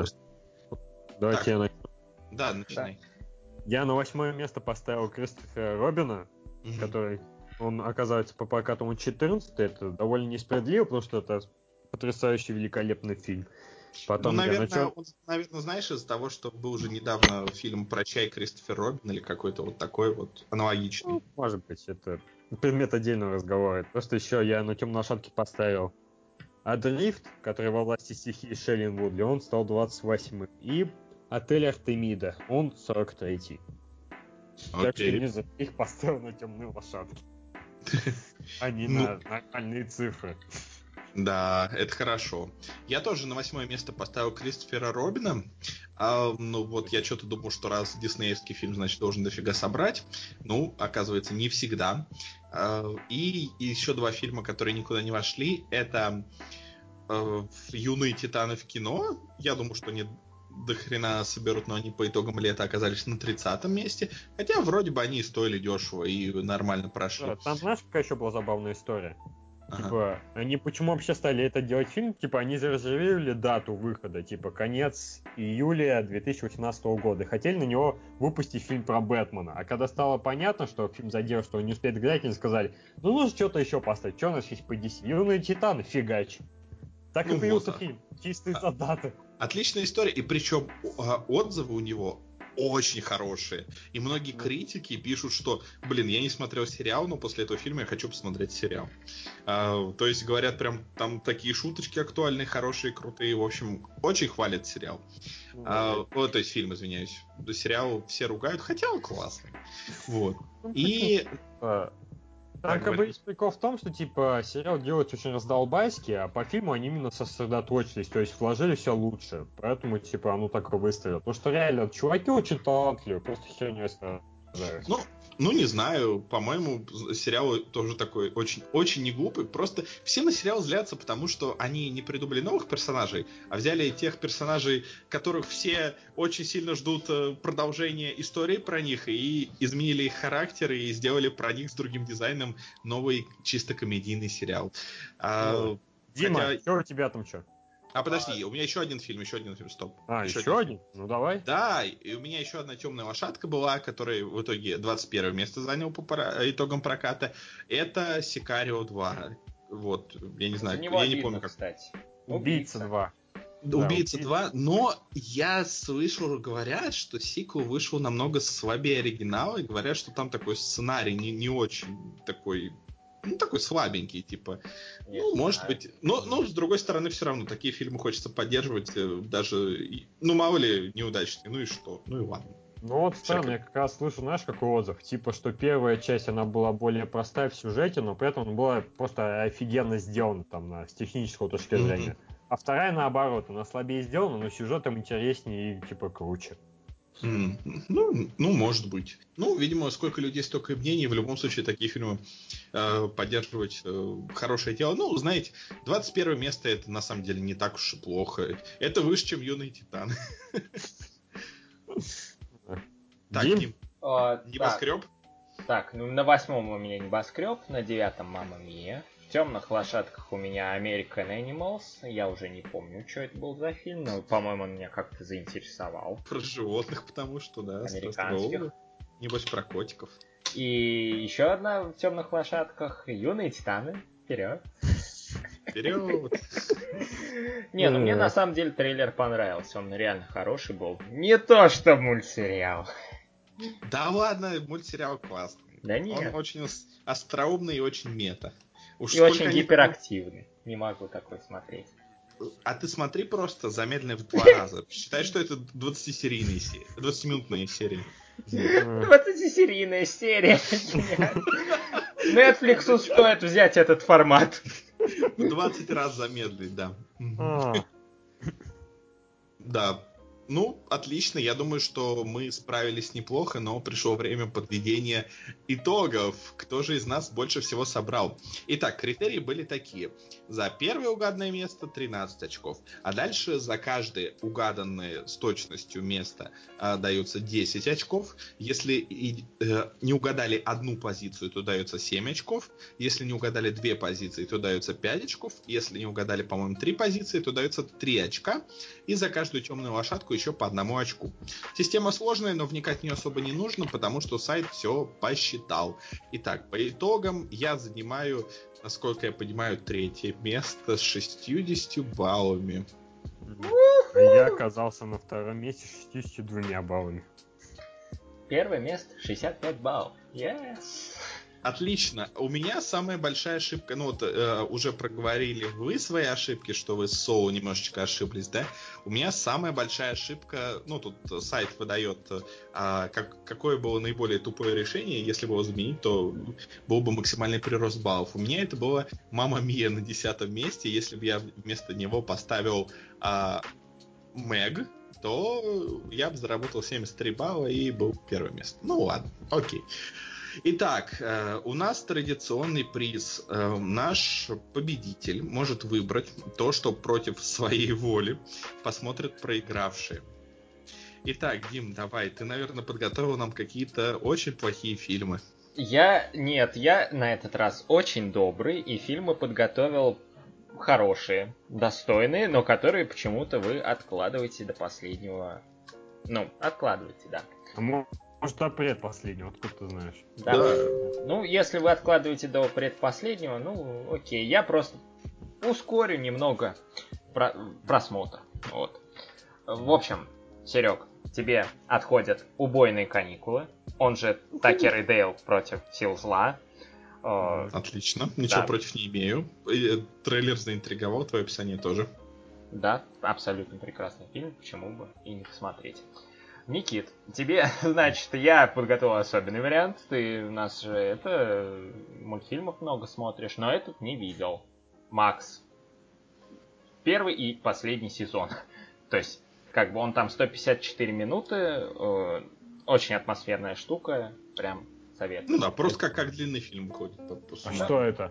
Давайте я начну. Да, начинай. Я на 8-е место поставил Кристофера Робина, который, он оказывается по прокату 14-й. Это довольно несправедливо, потому что это потрясающий, великолепный фильм. Потом наверное, знаешь, из-за того, что был уже недавно фильм про чай Кристофер Робин или какой-то вот такой вот аналогичный. Ну, может быть, это предмет отдельного разговора. Просто еще я на «Темной лошадке» поставил Адрифт, который во власти стихии Шейлин Вудли, он стал 28-м. И «Отель Артемида», он 43-й. Так что не за их поставил на «Темные лошадки». Они на нормальные цифры. Да, это хорошо. Я тоже на 8-е место поставил Кристофера Робина. Ну вот я что-то думал, что раз диснеевский фильм, значит, должен дофига собрать. Ну, оказывается, не всегда. И еще два фильма, которые никуда не вошли, это «Юные титаны» в кино. Я думаю, что они до хрена соберут, но они по итогам лета оказались на 30-м месте. Хотя вроде бы они стоили дешево и нормально прошли. Да, там знаешь, какая еще была забавная история? Типа, они почему вообще стали это делать фильм? Типа, они зарезервировали дату выхода, типа, конец июля 2018 года. Хотели на него выпустить фильм про Бэтмена. А когда стало понятно, что фильм задержит, что он не успеет играть, они сказали, ну нужно что-то еще поставить. Что у нас есть по DC? Юные титаны, фигач. Так и появился фильм, чисто из-за даты. Отличная история, и причем отзывы у него очень хорошие. И многие критики пишут, что, блин, я не смотрел сериал, но после этого фильма я хочу посмотреть сериал. То есть говорят, прям там такие шуточки актуальные, хорошие, крутые. В общем, очень хвалят сериал. То есть фильм, извиняюсь. Сериал все ругают, хотя он классный. Вот. И... Там как бы есть прикол в том, что типа сериал делается очень раздолбайски, а по фильму они именно сосредоточились, то есть вложили все лучше. Поэтому типа оно так и выстрелило. Потому что реально чуваки очень талантливые, просто херню страдают. Ну, не знаю, по-моему, сериал тоже такой очень не глупый. Просто все на сериал злятся, потому что они не придумали новых персонажей, а взяли тех персонажей, которых все очень сильно ждут продолжения истории про них, и изменили их характеры, и сделали про них с другим дизайном новый чисто комедийный сериал. Дима, что у тебя там что? Подожди, у меня еще один фильм, стоп. Еще один? Ну давай. Да, и у меня еще одна «Темная лошадка» была, которая в итоге 21 место занял по итогам проката. Это «Сикарио 2». Вот, я не знаю, я не помню как. Кстати. «Убийца 2». «Убийца 2», но я слышал, говорят, что сиквел вышел намного слабее оригинала, и говорят, что там такой сценарий не очень такой... Ну, такой слабенький, типа. Может быть. Но, с другой стороны, все равно такие фильмы хочется поддерживать, даже, мало ли, неудачные. Ну и что? Ну и ладно. Ну вот странно, я как раз слышу, знаешь, какой отзыв? Типа, что первая часть, она была более простая в сюжете, но при этом она была просто офигенно сделана, там, с технической точки зрения. А вторая, наоборот, она слабее сделана, но сюжетом интереснее и, типа, круче. Ну, может быть. Ну, видимо, сколько людей, столько и мнений. В любом случае, такие фильмы поддерживать хорошее дело. Ну, знаете, 21 место — это на самом деле не так уж и плохо. Это выше, чем «Юные титаны». Так, Дим, «Небоскреб». Так, ну на 8-м у меня «Небоскреб», на 9-м «Мамма Мия». темных лошадках у меня American Animals. Я уже не помню, что это был за фильм, но, по-моему, он меня как-то заинтересовал. Про животных, потому что, да. Американских. Небось про котиков. И еще одна в темных лошадках. Юные титаны. Вперед. Вперед! Не, ну мне на самом деле трейлер понравился. Он реально хороший был. Не то, что мультсериал. Да ладно, мультсериал классный. Да нет. Он очень остроумный и очень мета. И очень гиперактивный. Не могу такой смотреть. А ты смотри просто замедленный в 2 раза. Считай, что это 20-серийные серии. 20-минутные серии. 20-серийная серия. Netflix стоит взять этот формат. В 20 раз замедлить, да. Да. Ну, отлично. Я думаю, что мы справились неплохо, но пришло время подведения итогов. Кто же из нас больше всего собрал? Итак, критерии были такие. За первое угаданное место 13 очков. А дальше за каждое угаданное с точностью место дается 10 очков. Если не угадали одну позицию, то дается 7 очков. Если не угадали 2 позиции, то дается 5 очков. Если не угадали, по-моему, 3 позиции, то дается 3 очка. И за каждую темную лошадку еще по 1 очку. Система сложная, но вникать в нее особо не нужно, потому что сайт все посчитал. Итак, по итогам я занимаю, насколько я понимаю, 3-е место с 60 баллами. Я оказался на 2-м месте с 62 баллами. Первое место 65 баллов. Yes. Отлично. У меня самая большая ошибка, ну вот уже проговорили вы свои ошибки, что вы с Соу немножечко ошиблись, да? У меня самая большая ошибка, ну тут сайт выдает, какое было наиболее тупое решение, если бы его заменить, то был бы максимальный прирост баллов. У меня это было Мамма Мия на 10-м месте, если бы я вместо него поставил Мэг, то я бы заработал 73 балла и был первое место. Ну ладно, окей. Итак, у нас традиционный приз. Наш победитель может выбрать то, что против своей воли посмотрят проигравшие. Итак, Дим, давай, ты, наверное, подготовил нам какие-то очень плохие фильмы. Я на этот раз очень добрый, и фильмы подготовил хорошие, достойные, но которые почему-то вы откладываете до последнего. Ну, откладываете, да. Может, до предпоследнего, откуда ты знаешь? Да. Ну, если вы откладываете до предпоследнего, ну, окей. Я просто ускорю немного просмотр. Вот. В общем, Серег, тебе отходят «Убойные каникулы», он же «Такер и Дейл против сил зла». Отлично, ничего против не имею. Трейлер заинтриговал, твое описание тоже. Да, абсолютно прекрасный фильм, почему бы и не посмотреть. Никит, тебе, значит, я подготовил особенный вариант. Ты у нас же мультфильмов много смотришь, но этот не видел. Макс. Первый и последний сезон. То есть, как бы он там 154 минуты, очень атмосферная штука, прям советую. Ну да, просто как длинный фильм выходит. Что это?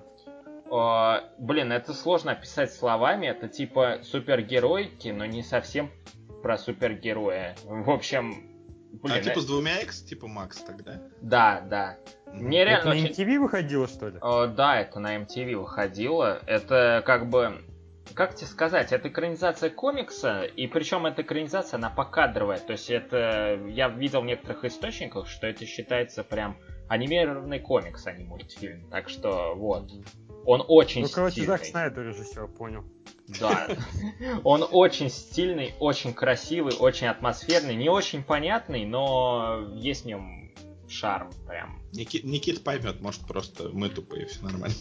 Блин, это сложно описать словами. Это типа супергеройки, но не совсем про супергероя. В общем, блин. Типа с 2 X, типа Макс тогда? Да. Мне реально это на MTV выходило, что ли? Да, это на MTV выходило. Это как бы... Как тебе сказать? Это экранизация комикса, и причем эта экранизация, она покадровая. То есть это... Я видел в некоторых источниках, что это считается прям анимированный комикс, а не мультфильм. Так что вот. Он очень стильный. Короче, Зак Снайдер режиссер, понял. Да. Он очень стильный, очень красивый, очень атмосферный, не очень понятный, но есть в нем шарм прям. Никит поймет, может просто мы тупые, все нормально.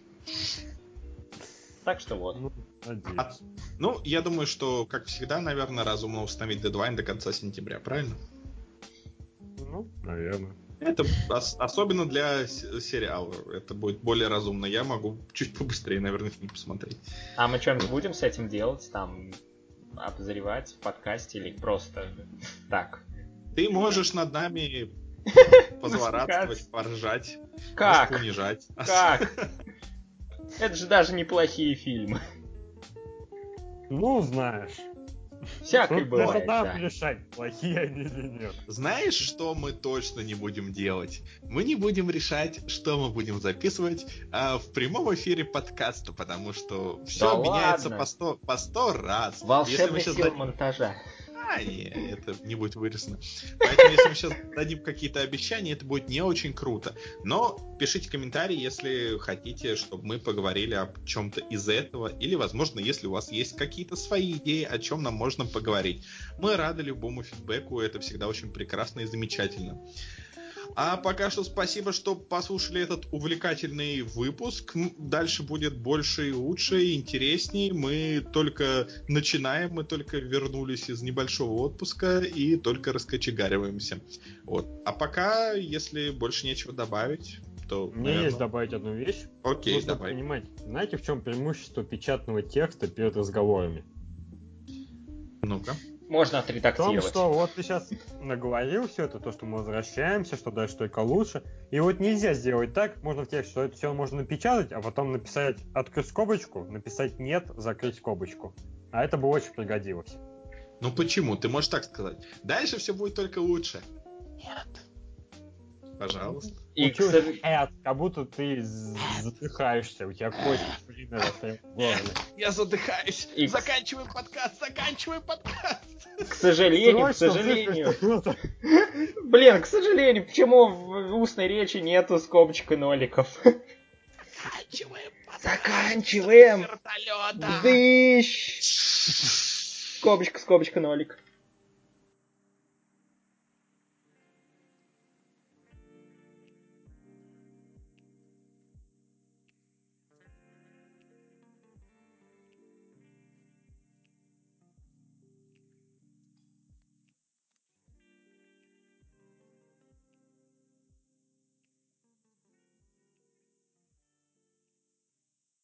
Так что вот. Ну, я думаю, что, как всегда, наверное, разумно установить дедлайн до конца сентября, правильно? Ну, наверное. Это особенно для сериала. Это будет более разумно. Я могу чуть побыстрее, наверное, фильм посмотреть. А мы что-нибудь будем с этим делать? Там обозревать в подкасте или просто так? Ты можешь над нами позлорадствовать, поржать. Как? Можешь унижать. Как? Это же даже неплохие фильмы. Ну, знаешь. Всякое Это бывает, нам да. решать, плохие они или нет. Знаешь, что мы точно не будем делать? Мы не будем решать, что мы будем записывать в прямом эфире подкаста, потому что все Да меняется ладно. по 100 раз. Волшебная щас сила монтажа. это не будет вырезано. Поэтому, если мы сейчас дадим какие-то обещания, это будет не очень круто. Но пишите комментарии, если хотите, чтобы мы поговорили о чем-то из этого. Или, возможно, если у вас есть какие-то свои идеи, о чем нам можно поговорить. Мы рады любому фидбэку, это всегда очень прекрасно и замечательно. А пока что спасибо, что послушали этот увлекательный выпуск. Дальше будет больше и лучше, и интересней. Мы только начинаем, мы только вернулись из небольшого отпуска и только раскочегариваемся. Вот. А пока, если больше нечего добавить, то, Мне наверное... есть добавить одну вещь. Окей, Нужно давай. понимать, знаете, в чем преимущество печатного текста перед разговорами? Ну-ка. Можно В том, отредактировать. что вот ты сейчас наговорил все это, то, что мы возвращаемся, что дальше только лучше. И вот нельзя сделать так, можно в тексте, что это все можно напечатать, а потом написать открыть скобочку, написать нет, закрыть скобочку. А это бы очень пригодилось. Ну почему? Ты можешь так сказать. Дальше все будет только лучше. Нет. Пожалуйста. И, Учусь, как будто ты задыхаешься, у тебя кость куриная застряла в горле. Я задыхаюсь. И- Заканчиваем подкаст. К сожалению, Срочно выкройте кто-то. Блин, к сожалению, почему в устной речи нету скобочек и ноликов? Заканчиваем. Вертолета. Дыщ. Скобочка, нолик.